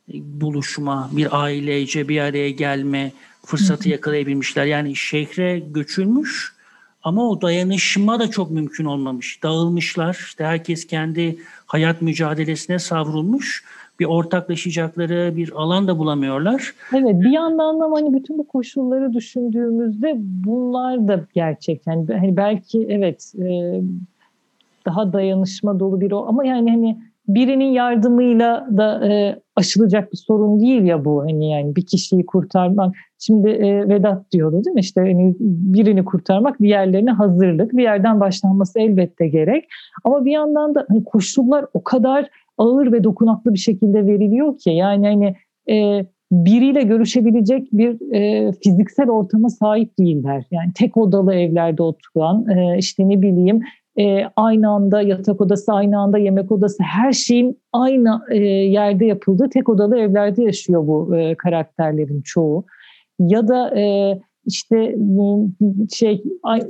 [SPEAKER 1] buluşma, bir ailece bir araya gelme fırsatı yakalayabilmişler. Yani şehre göçülmüş ama o dayanışma da çok mümkün olmamış. Dağılmışlar. İşte herkes kendi hayat mücadelesine savrulmuş. Bir ortaklaşacakları bir alan da bulamıyorlar.
[SPEAKER 2] Evet, bir yandan da hani bütün bu koşulları düşündüğümüzde bunlar da gerçek. Yani hani belki evet e, daha dayanışma dolu bir o ama yani hani birinin yardımıyla da e, aşılacak bir sorun değil ya bu, hani yani bir kişiyi kurtarmak. Şimdi e, Vedat diyordu değil mi, işte hani birini kurtarmak, diğerlerine hazırlık, bir yerden başlanması elbette gerek ama bir yandan da hani koşullar o kadar ağır ve dokunaklı bir şekilde veriliyor ki yani hani e, biriyle görüşebilecek bir e, fiziksel ortama sahip değiller. Yani tek odalı evlerde oturan e, işte ne bileyim E, aynı anda yatak odası, aynı anda yemek odası, her şeyin aynı e, yerde yapıldığı tek odalı evlerde yaşıyor bu e, karakterlerin çoğu. Ya da e, işte şey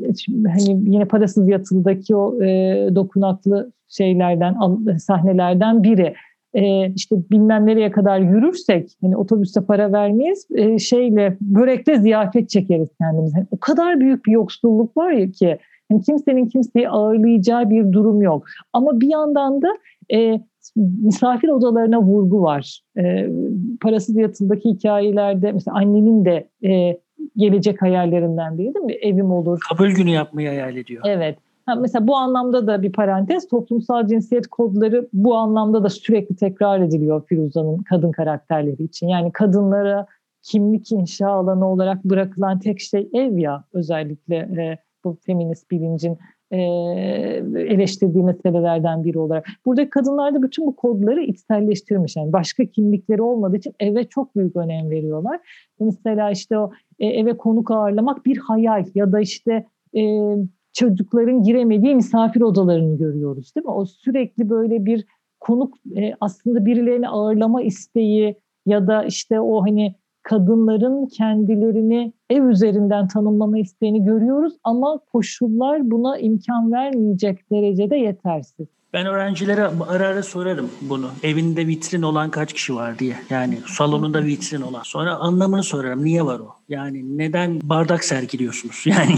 [SPEAKER 2] hani yine Parasız Yatılı'daki o e, dokunaklı şeylerden, sahnelerden biri. E, işte bilmem nereye kadar yürürsek hani otobüste para vermeyiz, e, şeyle börekle ziyafet çekeriz kendimiz. Yani o kadar büyük bir yoksulluk var ya ki. Yani kimsenin kimseyi ağırlayacağı bir durum yok. Ama bir yandan da e, misafir odalarına vurgu var. E, Parasız Yatılı'daki hikayelerde mesela annenin de e, gelecek hayallerinden biri değil mi? Evim olur.
[SPEAKER 1] Kabul günü yapmayı hayal ediyor.
[SPEAKER 2] Evet. Ha, mesela bu anlamda da bir parantez, toplumsal cinsiyet kodları bu anlamda da sürekli tekrar ediliyor Firuza'nın kadın karakterleri için. Yani kadınlara kimlik inşa alanı olarak bırakılan tek şey ev ya, özellikle e, bu feminist bilincin e, eleştirdiği meselelerden biri olarak. Buradaki kadınlar da bütün bu kodları içselleştirmiş. Yani başka kimlikleri olmadığı için eve çok büyük önem veriyorlar. Mesela işte o e, eve konuk ağırlamak bir hayal ya da işte e, çocukların giremediği misafir odalarını görüyoruz değil mi? O sürekli böyle bir konuk e, aslında birilerini ağırlama isteği ya da işte o hani kadınların kendilerini ev üzerinden tanımlama isteğini görüyoruz ama koşullar buna imkan vermeyecek derecede yetersiz.
[SPEAKER 1] Ben öğrencilere ara ara sorarım bunu. Evinde vitrin olan kaç kişi var diye. Yani salonunda vitrin olan. Sonra anlamını sorarım. Niye var o? Yani neden bardak sergiliyorsunuz? Yani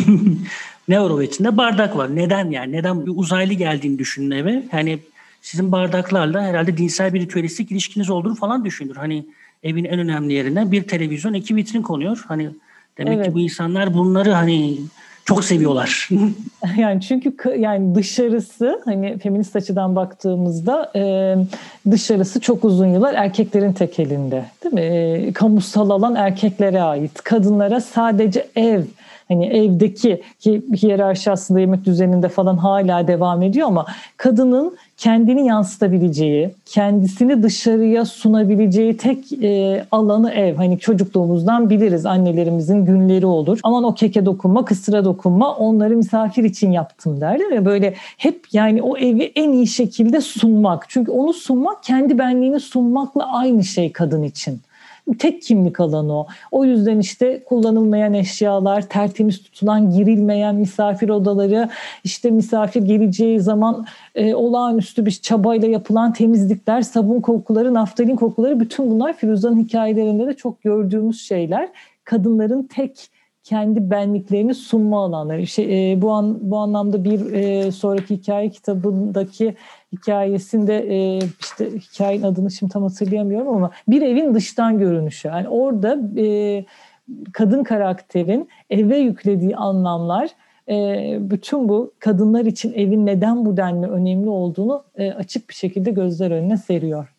[SPEAKER 1] ne var o vitrinde? Bardak var. Neden yani? Neden bir uzaylı geldiğini düşünün eve? Yani sizin bardaklarla herhalde dinsel bir ritüelistik ilişkiniz olduğunu falan düşünür. Hani evin en önemli yerine bir televizyon, iki vitrin konuyor. Hani demek evet. ki bu insanlar bunları hani çok seviyorlar.
[SPEAKER 2] Yani çünkü yani dışarısı hani feminist açıdan baktığımızda e, dışarısı çok uzun yıllar erkeklerin tek elinde, değil mi? E, kamusal alan erkeklere ait. Kadınlara sadece ev, hani evdeki ki hiyerarşi aslında yemek düzeninde falan hala devam ediyor ama kadının kendini yansıtabileceği, kendisini dışarıya sunabileceği tek e, alanı ev. Hani çocukluğumuzdan biliriz, annelerimizin günleri olur. Aman o keke dokunma, kısıra dokunma, onları misafir için yaptım derler ve böyle hep yani o evi en iyi şekilde sunmak. Çünkü onu sunmak kendi benliğini sunmakla aynı şey kadın için. Tek kimlik alanı o. O yüzden işte kullanılmayan eşyalar, tertemiz tutulan, girilmeyen misafir odaları, işte misafir geleceği zaman e, olağanüstü bir çabayla yapılan temizlikler, sabun kokuları, naftalin kokuları, bütün bunlar Firuza'nın hikayelerinde de çok gördüğümüz şeyler. Kadınların tek kendi benliklerini sunma alanları. Şey, e, bu an bu anlamda bir e, sonraki hikaye kitabındaki hikayesinde e, işte hikayenin adını şimdi tam hatırlayamıyorum ama bir evin dıştan görünüşü. Yani orada e, kadın karakterin eve yüklediği anlamlar e, bütün bu kadınlar için evin neden bu denli önemli olduğunu e, açık bir şekilde gözler önüne seriyor.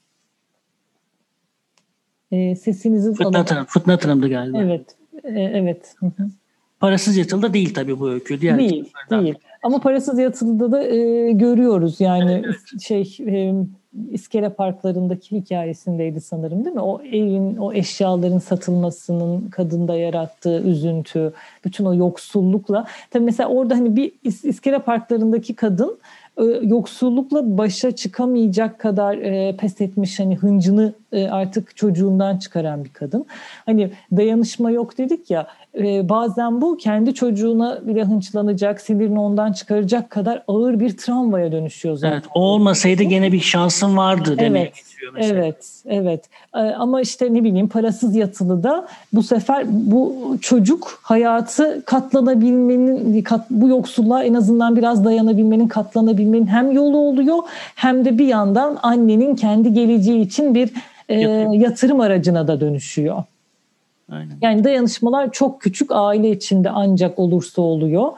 [SPEAKER 2] E, sesinizi
[SPEAKER 1] Fıtnat Hanım, Fıtnat Hanım'dı galiba.
[SPEAKER 2] Evet, e, evet. Hı hı.
[SPEAKER 1] Parasız Yatılı'da değil tabii bu öykü. Diğer
[SPEAKER 2] değil, değil. Ama Parasız Yatılı'da da e, görüyoruz yani evet, evet. şey e, iskele parklarındaki hikayesindeydi sanırım, değil mi? O evin, o eşyaların satılmasının kadında yarattığı üzüntü, bütün o yoksullukla. Tabii mesela orada hani bir iskele parklarındaki kadın yoksullukla başa çıkamayacak kadar e, pes etmiş, hani hıncını e, artık çocuğundan çıkaran bir kadın. Hani dayanışma yok dedik ya, e, bazen bu kendi çocuğuna bile hınçlanacak, sinirini ondan çıkaracak kadar ağır bir travmaya dönüşüyor zaten.
[SPEAKER 1] Evet, o olmasaydı gene bir şansın vardı demeye
[SPEAKER 2] evet,
[SPEAKER 1] getiriyor mesela.
[SPEAKER 2] Evet, evet. E, ama işte ne bileyim Parasız Yatılı'da bu sefer bu çocuk hayatı katlanabilmenin, kat, bu yoksulluğa en azından biraz dayanabilmenin, katlanabilmenin hem yolu oluyor hem de bir yandan annenin kendi geleceği için bir e, yatırım. yatırım aracına da dönüşüyor.
[SPEAKER 1] Aynen.
[SPEAKER 2] Yani dayanışmalar çok küçük, aile içinde ancak olursa oluyor.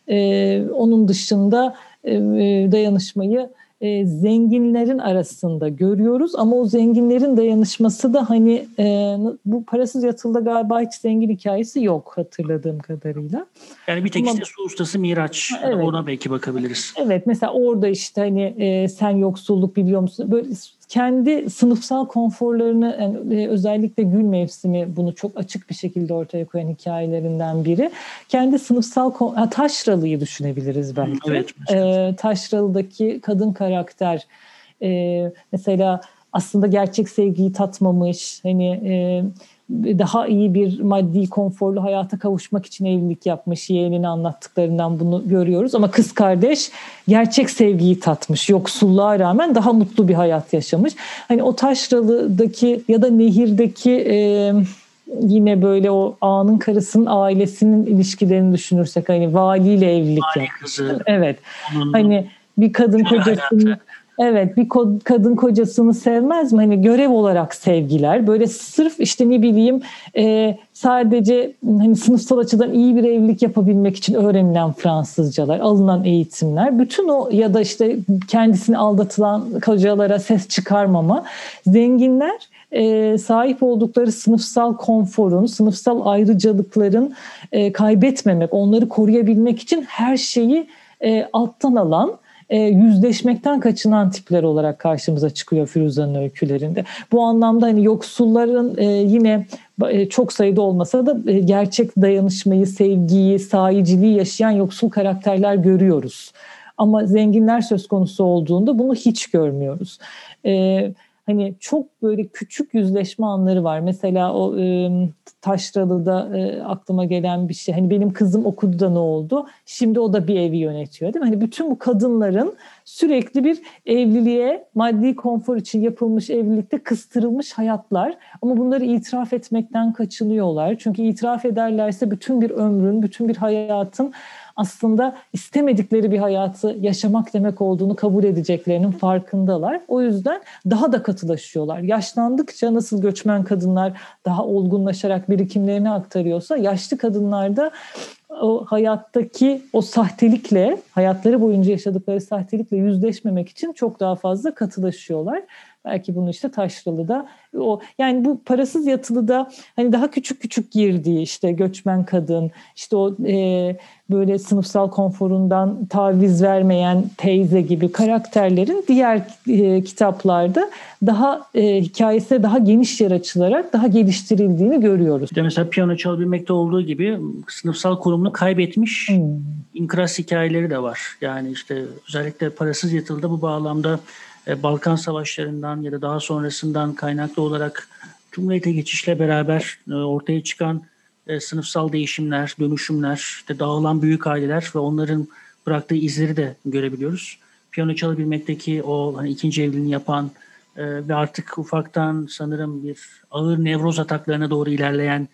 [SPEAKER 2] E, onun dışında e, dayanışmayı e, zenginlerin arasında görüyoruz ama o zenginlerin dayanışması da hani e, bu Parasız Yatılı'da galiba hiç zengin hikayesi yok hatırladığım kadarıyla.
[SPEAKER 1] Yani bir tek ama, işte su ustası Miraç, evet, yani ona belki bakabiliriz.
[SPEAKER 2] Evet, mesela orada işte hani e, sen yoksulluk biliyor musun? Böyle kendi sınıfsal konforlarını, yani özellikle Gül Mevsimi bunu çok açık bir şekilde ortaya koyan hikayelerinden biri. Kendi sınıfsal ha, Taşralı'yı düşünebiliriz belki.
[SPEAKER 1] Evet.
[SPEAKER 2] E, Taşralı'daki kadın karakter e, mesela aslında gerçek sevgiyi tatmamış, hani e, daha iyi bir maddi konforlu hayata kavuşmak için evlilik yapmış, yeğeninin anlattıklarından bunu görüyoruz. Ama kız kardeş gerçek sevgiyi tatmış, yoksulluğa rağmen daha mutlu bir hayat yaşamış. Hani o Taşralı'daki ya da Nehir'deki e, yine böyle o ağanın karısının ailesinin ilişkilerini düşünürsek, hani valiyle evlilik
[SPEAKER 1] Vali
[SPEAKER 2] yapmış.
[SPEAKER 1] Kızı,
[SPEAKER 2] evet.
[SPEAKER 1] onun,
[SPEAKER 2] hani bir kadın kocasını Evet, bir kadın kocasını sevmez mi? Hani görev olarak sevgiler. Böyle sırf işte ne bileyim e, sadece hani sınıfsal açıdan iyi bir evlilik yapabilmek için öğrenilen Fransızcalar, alınan eğitimler. Bütün o ya da işte kendisini aldatılan kocalara ses çıkarmama. Zenginler e, sahip oldukları sınıfsal konforun, sınıfsal ayrıcalıkların e, kaybetmemek, onları koruyabilmek için her şeyi e, alttan alan, E, yüzleşmekten kaçınan tipler olarak karşımıza çıkıyor Firuza'nın öykülerinde. Bu anlamda hani yoksulların e, yine e, çok sayıda olmasa da e, gerçek dayanışmayı, sevgiyi, sahiciliği yaşayan yoksul karakterler görüyoruz. Ama zenginler söz konusu olduğunda bunu hiç görmüyoruz. E, hani çok böyle küçük yüzleşme anları var. Mesela o e, Taşralı'da e, aklıma gelen bir şey. Hani benim kızım okudu da ne oldu? Şimdi o da bir evi yönetiyor, değil mi? Hani bütün bu kadınların sürekli bir evliliğe, maddi konfor için yapılmış evlilikte kıstırılmış hayatlar. Ama bunları itiraf etmekten kaçınıyorlar. Çünkü itiraf ederlerse bütün bir ömrün, bütün bir hayatın aslında istemedikleri bir hayatı yaşamak demek olduğunu kabul edeceklerinin farkındalar. O yüzden daha da katılaşıyorlar. Yaşlandıkça nasıl göçmen kadınlar daha olgunlaşarak birikimlerini aktarıyorsa, yaşlı kadınlar da o hayattaki o sahtelikle, hayatları boyunca yaşadıkları sahtelikle yüzleşmemek için çok daha fazla katılaşıyorlar. Belki bunu işte Taşralı'da o, yani bu Parasız Yatılı'da hani daha küçük küçük girdiği işte göçmen kadın, işte o e, böyle sınıfsal konforundan taviz vermeyen teyze gibi karakterlerin diğer e, kitaplarda daha e, hikayesine daha geniş yer açılarak daha geliştirildiğini görüyoruz.
[SPEAKER 1] İşte mesela Piyano Çalabilmek'te olduğu gibi sınıfsal konumunu kaybetmiş hmm. inkras hikayeleri de var. Yani işte özellikle Parasız Yatılı'da bu bağlamda Balkan Savaşları'ndan ya da daha sonrasından kaynaklı olarak Cumhuriyet'e geçişle beraber ortaya çıkan sınıfsal değişimler, dönüşümler, işte dağılan büyük aileler ve onların bıraktığı izleri de görebiliyoruz. Piyano Çalabilmek'teki o hani ikinci evliliğini yapan ve artık ufaktan sanırım bir ağır nevroz ataklarına doğru ilerleyen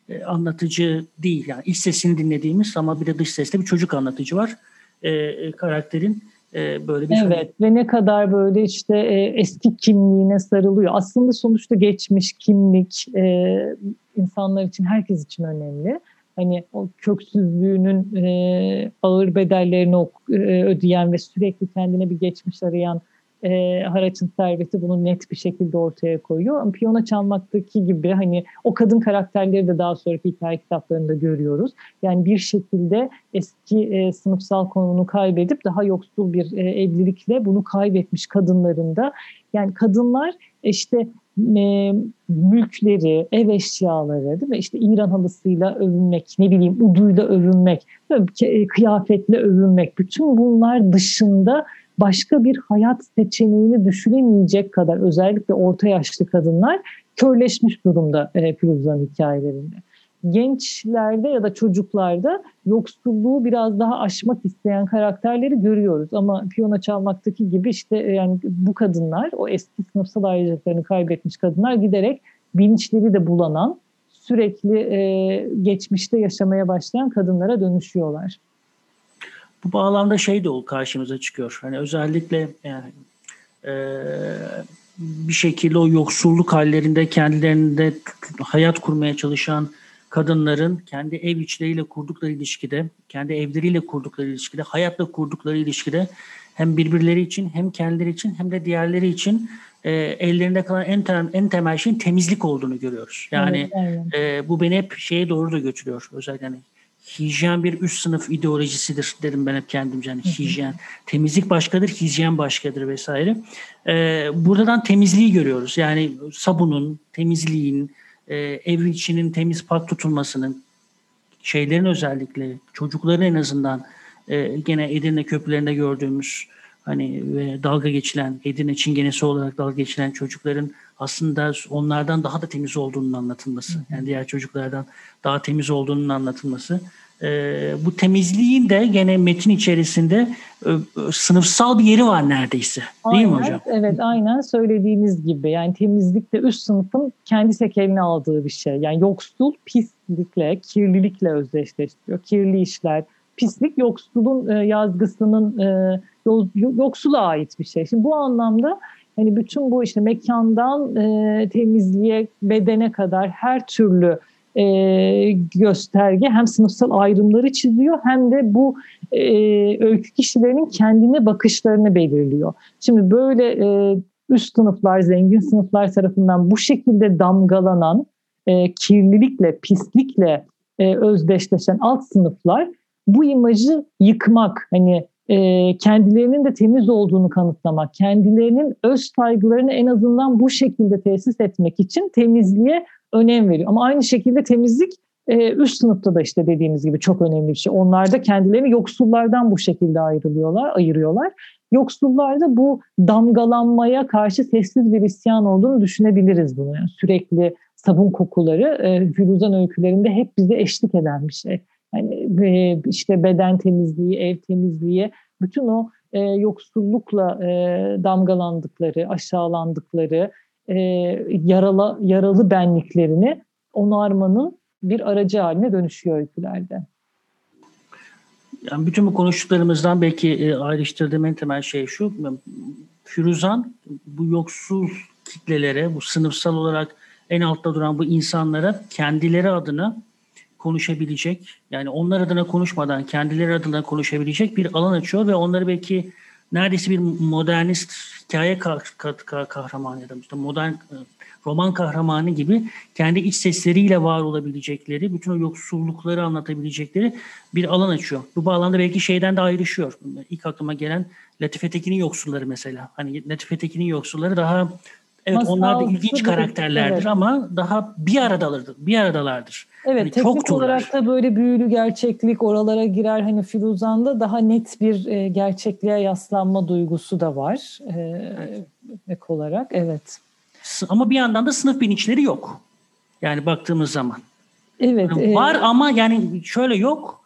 [SPEAKER 1] e, anlatıcı değil. Yani iç sesini dinlediğimiz ama bir de dış sesle bir çocuk anlatıcı var. E, karakterin e, böyle bir...
[SPEAKER 2] Evet ve ne kadar böyle işte e, eski kimliğine sarılıyor. Aslında sonuçta geçmiş kimlik e, insanlar için, herkes için önemli. Hani o köksüzlüğünün e, ağır bedellerini e, ödeyen ve sürekli kendine bir geçmiş arayan e, Haraç'ın serveti bunu net bir şekilde ortaya koyuyor. Ama Piyano Çalmak'taki gibi hani o kadın karakterleri de daha sonraki hikaye kitaplarında görüyoruz. Yani bir şekilde eski e, sınıfsal konumunu kaybedip daha yoksul bir e, evlilikle bunu kaybetmiş kadınların da, yani kadınlar işte e, mülkleri, ev eşyaları, değil mi? İşte İran halısıyla övünmek, ne bileyim uduyla övünmek, kıyafetle övünmek, bütün bunlar dışında başka bir hayat seçeneğini düşünemeyecek kadar özellikle orta yaşlı kadınlar körleşmiş durumda e, Firuza'nın hikayelerinde. Gençlerde ya da çocuklarda yoksulluğu biraz daha aşmak isteyen karakterleri görüyoruz. Ama Piyano Çalmak'taki gibi işte yani bu kadınlar, o eski sınıfsal ayrıcalıklarını kaybetmiş kadınlar giderek bilinçleri de bulanan, sürekli e, geçmişte yaşamaya başlayan kadınlara dönüşüyorlar.
[SPEAKER 1] Bu bağlamda şey de o karşımıza çıkıyor. Hani özellikle yani e, bir şekilde o yoksulluk hallerinde kendilerinde hayat kurmaya çalışan kadınların kendi ev içleriyle kurdukları ilişkide, kendi evleriyle kurdukları ilişkide, hayatla kurdukları ilişkide hem birbirleri için hem kendileri için hem de diğerleri için e, ellerinde kalan en, tem- en temel şeyin temizlik olduğunu görüyoruz. Yani evet, evet. E, bu beni hep şeye doğru da götürüyor. Özellikle hani hijyen bir üst sınıf ideolojisidir derim ben hep kendimce. Yani hijyen, temizlik başkadır, hijyen başkadır vesaire. Ee, buradan temizliği görüyoruz. Yani sabunun, temizliğin, e, ev içinin temiz pak tutulmasının, şeylerin özellikle çocukların en azından e, gene Edirne köprülerinde gördüğümüz hani ve dalga geçilen, Edirne çingenesi olarak dalga geçilen çocukların aslında onlardan daha da temiz olduğunun anlatılması. Yani diğer çocuklardan daha temiz olduğunun anlatılması. Ee, bu temizliğin de gene metin içerisinde e, sınıfsal bir yeri var neredeyse. Değil
[SPEAKER 2] Aynen,
[SPEAKER 1] mi hocam?
[SPEAKER 2] evet, aynen söylediğiniz gibi. Yani temizlik de üst sınıfın kendi tekeline aldığı bir şey. Yani yoksul pislikle, kirlilikle özdeşleştiriyor. Kirli işler, pislik yoksulun e, yazgısının e, yoksula ait bir şey. Şimdi bu anlamda hani bütün bu işte mekandan e, temizliğe, bedene kadar her türlü e, gösterge hem sınıfsal ayrımları çiziyor hem de bu e, öykü kişilerinin kendine bakışlarını belirliyor. Şimdi böyle e, üst sınıflar, zengin sınıflar tarafından bu şekilde damgalanan, e, kirlilikle, pislikle e, özdeşleşen alt sınıflar bu imajı yıkmak, hani e, kendilerinin de temiz olduğunu kanıtlamak, kendilerinin öz saygılarını en azından bu şekilde tesis etmek için temizliğe önem veriyor. Ama aynı şekilde temizlik e, üst sınıfta da işte dediğimiz gibi çok önemli bir şey. Onlar da kendilerini yoksullardan bu şekilde ayrılıyorlar, ayırıyorlar. Yoksullarda bu damgalanmaya karşı sessiz bir isyan olduğunu düşünebiliriz bunu. Yani sürekli sabun kokuları e, Firuzan öykülerinde hep bize eşlik eden bir şey. Yani e, işte beden temizliği, ev temizliği, bütün o e, yoksullukla e, damgalandıkları, aşağılandıkları, e, yaralı, yaralı benliklerini onarmanın bir aracı haline dönüşüyor öykülerde.
[SPEAKER 1] Yani bütün bu konuştuklarımızdan belki e, ayrıştırdığım en temel şey şu. Firuzan bu yoksul kitlelere, bu sınıfsal olarak en altta duran bu insanlara kendileri adına konuşabilecek, yani onlar adına konuşmadan kendileri adına konuşabilecek bir alan açıyor ve onları belki neredeyse bir modernist hikaye kahramanı ya da işte modern roman kahramanı gibi kendi iç sesleriyle var olabilecekleri, bütün o yoksullukları anlatabilecekleri bir alan açıyor. Bu bağlamda belki şeyden de ayrışıyor. İlk aklıma gelen Latife Tekin'in yoksulları mesela. Hani Latife Tekin'in yoksulları daha evet Masal, onlar da ilginç karakterlerdir evet. Ama daha bir aradalardır. Bir aradalardır.
[SPEAKER 2] Evet, hani teknik olarak da böyle büyülü gerçeklik oralara girer. Hani Firuzan'da daha net bir e, gerçekliğe yaslanma duygusu da var. E, evet. Ek olarak evet.
[SPEAKER 1] Ama bir yandan da sınıf bilinçleri yok. Yani baktığımız zaman.
[SPEAKER 2] Evet.
[SPEAKER 1] Yani var e... ama yani şöyle yok.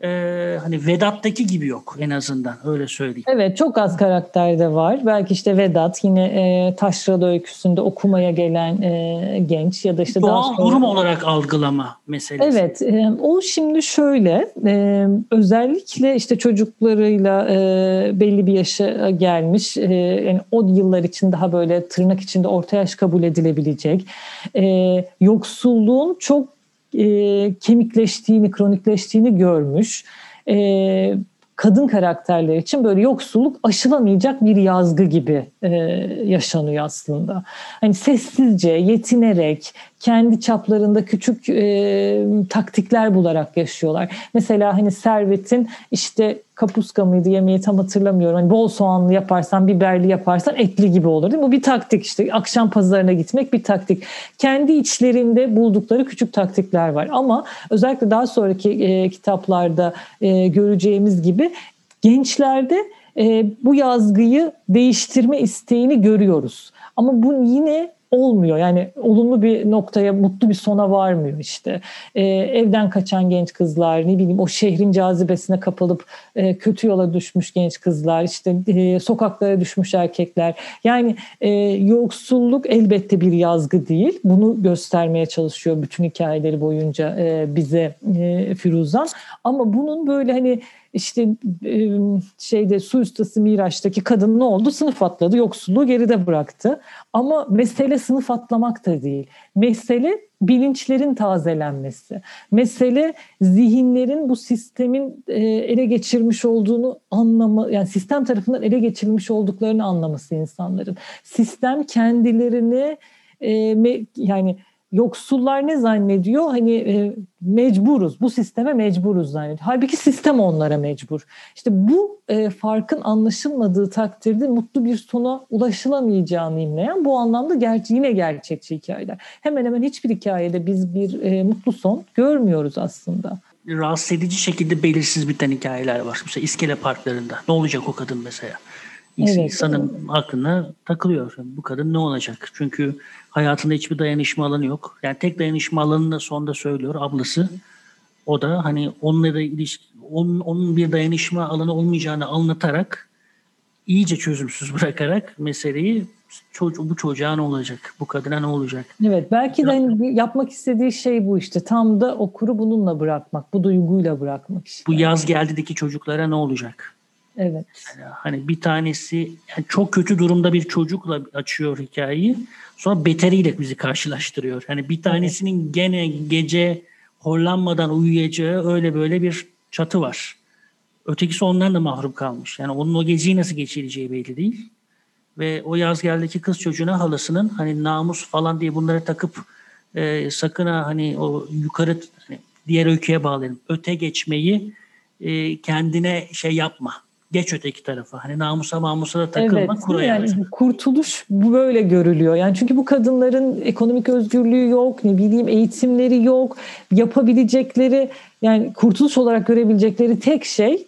[SPEAKER 1] e, hani Vedat'taki gibi yok en azından, öyle söyleyeyim.
[SPEAKER 2] Evet, çok az karakter de var. Belki işte Vedat yine e, Taşralı öyküsünde okumaya gelen e, genç ya da işte
[SPEAKER 1] doğal
[SPEAKER 2] daha sonra...
[SPEAKER 1] durum olarak algılama meselesi.
[SPEAKER 2] Evet, e, o şimdi şöyle e, özellikle işte çocuklarıyla e, belli bir yaşa gelmiş, e, yani o yıllar için daha böyle tırnak içinde orta yaş kabul edilebilecek, e, yoksulluğun çok e, kemikleştiğini, kronikleştiğini görmüş. E, kadın karakterler için böyle yoksulluk aşılamayacak bir yazgı gibi e, yaşanıyor aslında. Hani sessizce, yetinerek, kendi çaplarında küçük e, taktikler bularak yaşıyorlar. Mesela hani Servet'in işte kapuska mıydı yemeği tam hatırlamıyorum. Hani bol soğanlı yaparsan, biberli yaparsan etli gibi olur değil mi? Bu bir taktik işte. Akşam pazarına gitmek bir taktik. Kendi içlerinde buldukları küçük taktikler var. Ama özellikle daha sonraki e, kitaplarda e, göreceğimiz gibi gençlerde e, bu yazgıyı değiştirme isteğini görüyoruz. Ama bu yine olmuyor. Yani olumlu bir noktaya, mutlu bir sona varmıyor işte. Ee, evden kaçan genç kızlar, ne bileyim o şehrin cazibesine kapılıp e, kötü yola düşmüş genç kızlar, işte e, sokaklara düşmüş erkekler. Yani e, yoksulluk elbette bir yazgı değil. Bunu göstermeye çalışıyor bütün hikayeleri boyunca e, bize e, Firuzan. Ama bunun böyle hani İşte şeyde Su Ustası Miraç'taki kadın ne oldu? Sınıf atladı, yoksulluğu geride bıraktı. Ama mesele sınıf atlamak da değil. Mesele bilinçlerin tazelenmesi. Mesele zihinlerin bu sistemin ele geçirmiş olduğunu anlama, yani sistem tarafından ele geçirilmiş olduklarını anlaması insanların. Sistem kendilerini yani yoksullar ne zannediyor? Hani e, mecburuz, bu sisteme mecburuz zannediyor. Halbuki sistem onlara mecbur. İşte bu e, farkın anlaşılmadığı takdirde mutlu bir sona ulaşılamayacağını imleyen bu anlamda ger- yine gerçekçi hikayeler. Hemen hemen hiçbir hikayede biz bir e, mutlu son görmüyoruz aslında.
[SPEAKER 1] Rahatsız edici şekilde belirsiz biten hikayeler var. Mesela İskele Parkları'nda. Ne olacak o kadın mesela? Evet, insanın evet. aklına takılıyor. Bu kadın ne olacak? Çünkü hayatında hiçbir dayanışma alanı yok. Yani tek dayanışma alanını sonunda söylüyor ablası. O da hani onunla da ilişki, onun, onun bir dayanışma alanı olmayacağını anlatarak, iyice çözümsüz bırakarak meseleyi çocuğu, bu çocuğa ne olacak? Bu kadına ne olacak?
[SPEAKER 2] Evet, belki de hani yapmak istediği şey bu işte. Tam da okuru bununla bırakmak, bu duyguyla bırakmak işte.
[SPEAKER 1] Bu yaz geldideki çocuklara ne olacak?
[SPEAKER 2] Evet.
[SPEAKER 1] Yani hani bir tanesi yani çok kötü durumda bir çocukla açıyor hikayeyi. Sonra beteriyle bizi karşılaştırıyor. Hani bir tanesinin evet. gene gece horlanmadan uyuyacağı öyle böyle bir çatı var. Ötekisi ondan da mahrum kalmış. Yani onun o geceyi nasıl geçireceği belli değil. Ve o yaz geldeki kız çocuğuna halasının hani namus falan diye bunları takıp e, sakın ha hani o yukarı hani diğer öyküye bağlayalım. Öte geçmeyi e, kendine şey yapma. Geç öteki tarafa. Hani namusa mamusa da takılma.
[SPEAKER 2] Evet,
[SPEAKER 1] kuraya.
[SPEAKER 2] yani kurtuluş bu böyle görülüyor. Yani çünkü bu kadınların ekonomik özgürlüğü yok, ne bileyim eğitimleri yok, yapabilecekleri yani kurtuluş olarak görebilecekleri tek şey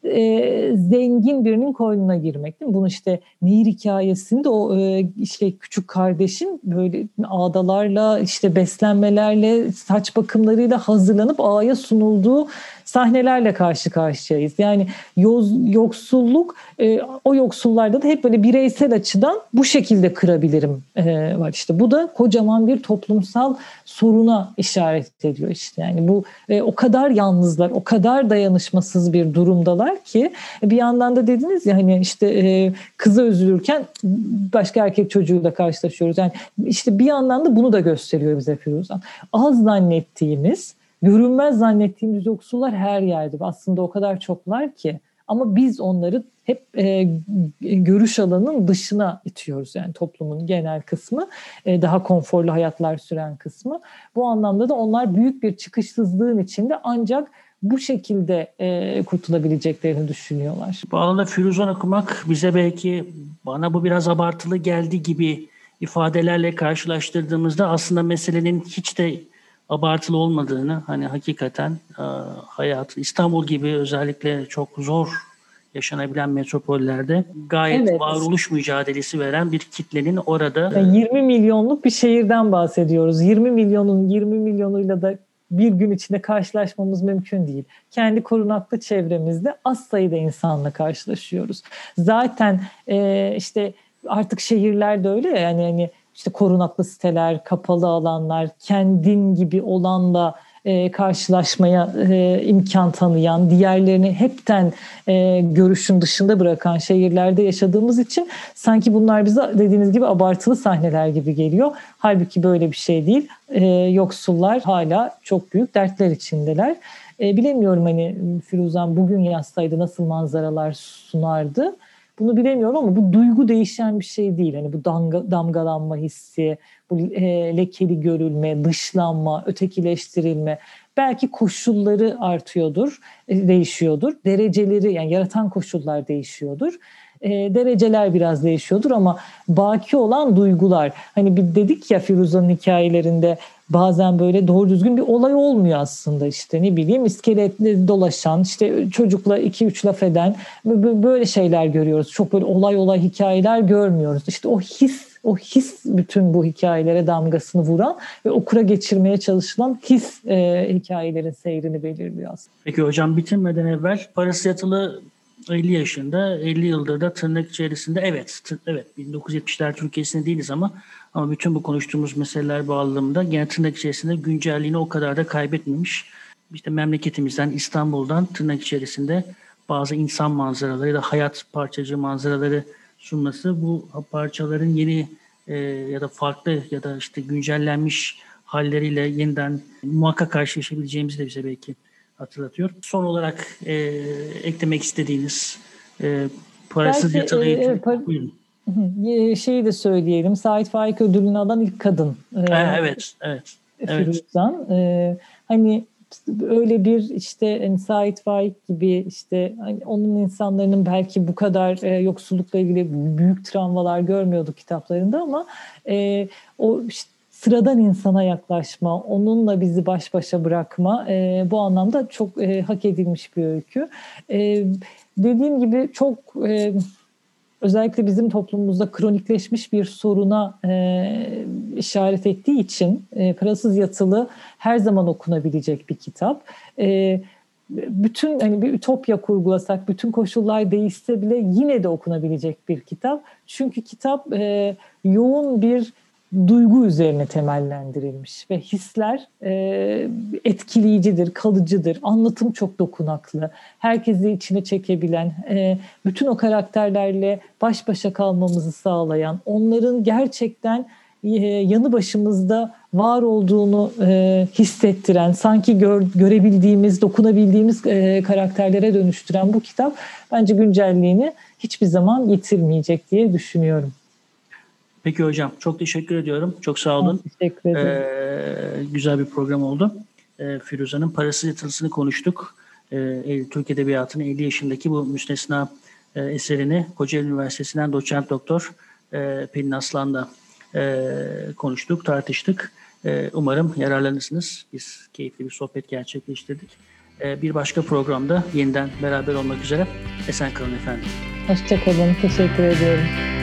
[SPEAKER 2] e, zengin birinin koynuna girmek, değil mi? Bunu işte Nehir hikayesinde o e, işte küçük kardeşin böyle ağdalarla işte beslenmelerle saç bakımlarıyla hazırlanıp ağaya sunulduğu sahnelerle karşı karşıyayız. Yani yoz, yoksulluk e, o yoksullarda da hep böyle bireysel açıdan bu şekilde kırabilirim e, var işte. Bu da kocaman bir toplumsal soruna işaret ediyor işte. Yani bu e, o kadar yalnızlar, o kadar dayanışmasız bir durumdalar ki bir yandan da dediniz ya hani işte e, kıza üzülürken başka erkek çocuğuyla karşılaşıyoruz. Yani işte bir yandan da bunu da gösteriyor bize Firuzan. Az zannettiğimiz, görünmez zannettiğimiz yoksullar her yerde. Aslında o kadar çoklar ki. Ama biz onları hep e, görüş alanının dışına itiyoruz. Yani toplumun genel kısmı, e, daha konforlu hayatlar süren kısmı. Bu anlamda da onlar büyük bir çıkışsızlığın içinde ancak bu şekilde e, kurtulabileceklerini düşünüyorlar.
[SPEAKER 1] Bu alanda Firuzan okumak bize belki, bana bu biraz abartılı geldi gibi ifadelerle karşılaştırdığımızda aslında meselenin hiç de abartılı olmadığını, hani hakikaten e, hayat İstanbul gibi özellikle çok zor yaşanabilen metropollerde gayet evet. varoluş mücadelesi veren bir kitlenin orada.
[SPEAKER 2] Yani yirmi milyonluk bir şehirden bahsediyoruz. yirmi milyonun yirmi milyonuyla da bir gün içinde karşılaşmamız mümkün değil. Kendi korunaklı çevremizde az sayıda insanla karşılaşıyoruz. Zaten e, işte artık şehirlerde öyle ya, yani hani işte korunaklı siteler, kapalı alanlar, kendin gibi olanla e, karşılaşmaya e, imkan tanıyan, diğerlerini hepten e, görüşün dışında bırakan şehirlerde yaşadığımız için sanki bunlar bize dediğiniz gibi abartılı sahneler gibi geliyor. Halbuki böyle bir şey değil. E, yoksullar hala çok büyük dertler içindeler. E, bilemiyorum hani Firuzan bugün yazsaydı nasıl manzaralar sunardı. Bunu bilemiyorum ama bu duygu değişen bir şey değil. Hani bu damga, damgalanma hissi, bu e, lekeli görülme, dışlanma, ötekileştirilme. Belki koşulları artıyordur, e, değişiyordur. Dereceleri, yani yaratan koşullar değişiyordur. E, dereceler biraz değişiyordur ama baki olan duygular. Hani bir dedik ya Firuza'nın hikayelerinde bazen böyle doğru düzgün bir olay olmuyor aslında, işte ne bileyim iskeletle dolaşan, işte çocukla iki üç laf eden böyle şeyler görüyoruz. Çok böyle olay olay hikayeler görmüyoruz. İşte o his, o his bütün bu hikayelere damgasını vuran ve okura geçirmeye çalışılan his e, hikayelerin seyrini belirliyor aslında.
[SPEAKER 1] Peki hocam, bitirmeden evvel Parası Yatılı elli yaşında, elli yıldır da tırnak içerisinde, evet tır, evet bin dokuz yüz yetmişler Türkiye'sinde değiliz ama ama bütün bu konuştuğumuz meseleler bağlamında gene tırnak içerisinde güncelliğini o kadar da kaybetmemiş. İşte memleketimizden, İstanbul'dan tırnak içerisinde bazı insan manzaraları ya da hayat parçacığı manzaraları sunması, bu parçaların yeni e, ya da farklı ya da işte güncellenmiş halleriyle yeniden muhakkak karşılaşabileceğimizi de bize belki hatırlatıyor. Son olarak e, eklemek istediğiniz e, Parasız Yatılı eğitim. E, par- Buyurun.
[SPEAKER 2] Şeyi de söyleyelim. Sait Faik ödülünü alan ilk kadın.
[SPEAKER 1] E, evet, evet.
[SPEAKER 2] Firuzan. Evet. E, hani öyle bir işte hani Sait Faik gibi işte hani onun insanların belki bu kadar e, yoksullukla ilgili büyük travmalar görmüyorduk kitaplarında ama e, o işte sıradan insana yaklaşma, onunla bizi baş başa bırakma e, bu anlamda çok e, hak edilmiş bir öykü. E, dediğim gibi çok e, özellikle bizim toplumumuzda kronikleşmiş bir soruna e, işaret ettiği için e, Parasız Yatılı her zaman okunabilecek bir kitap. E, bütün hani bir ütopya kurgulasak, bütün koşullar değişse bile yine de okunabilecek bir kitap. Çünkü kitap e, yoğun bir duygu üzerine temellendirilmiş ve hisler e, etkileyicidir, kalıcıdır. Anlatım çok dokunaklı. Herkesi içine çekebilen, e, bütün o karakterlerle baş başa kalmamızı sağlayan, onların gerçekten e, yanı başımızda var olduğunu e, hissettiren, sanki gör, görebildiğimiz, dokunabildiğimiz e, karakterlere dönüştüren bu kitap bence güncelliğini hiçbir zaman yitirmeyecek diye düşünüyorum.
[SPEAKER 1] Peki hocam, çok teşekkür ediyorum. Çok sağ olun.
[SPEAKER 2] Teşekkür ederim.
[SPEAKER 1] Ee, güzel bir program oldu. Ee, Firuza'nın Parasız Yatılısı'nı konuştuk. Ee, Türk Edebiyatı'nın elli yaşındaki bu müstesna e, eserini Kocaeli Üniversitesi'nden doçent doktor e, Pelin Aslan'la e, konuştuk, tartıştık. E, umarım yararlanırsınız. Biz keyifli bir sohbet gerçekleştirdik. E, bir başka programda yeniden beraber olmak üzere. Esen kalın efendim.
[SPEAKER 2] Hoşça kalın. Teşekkür ediyorum.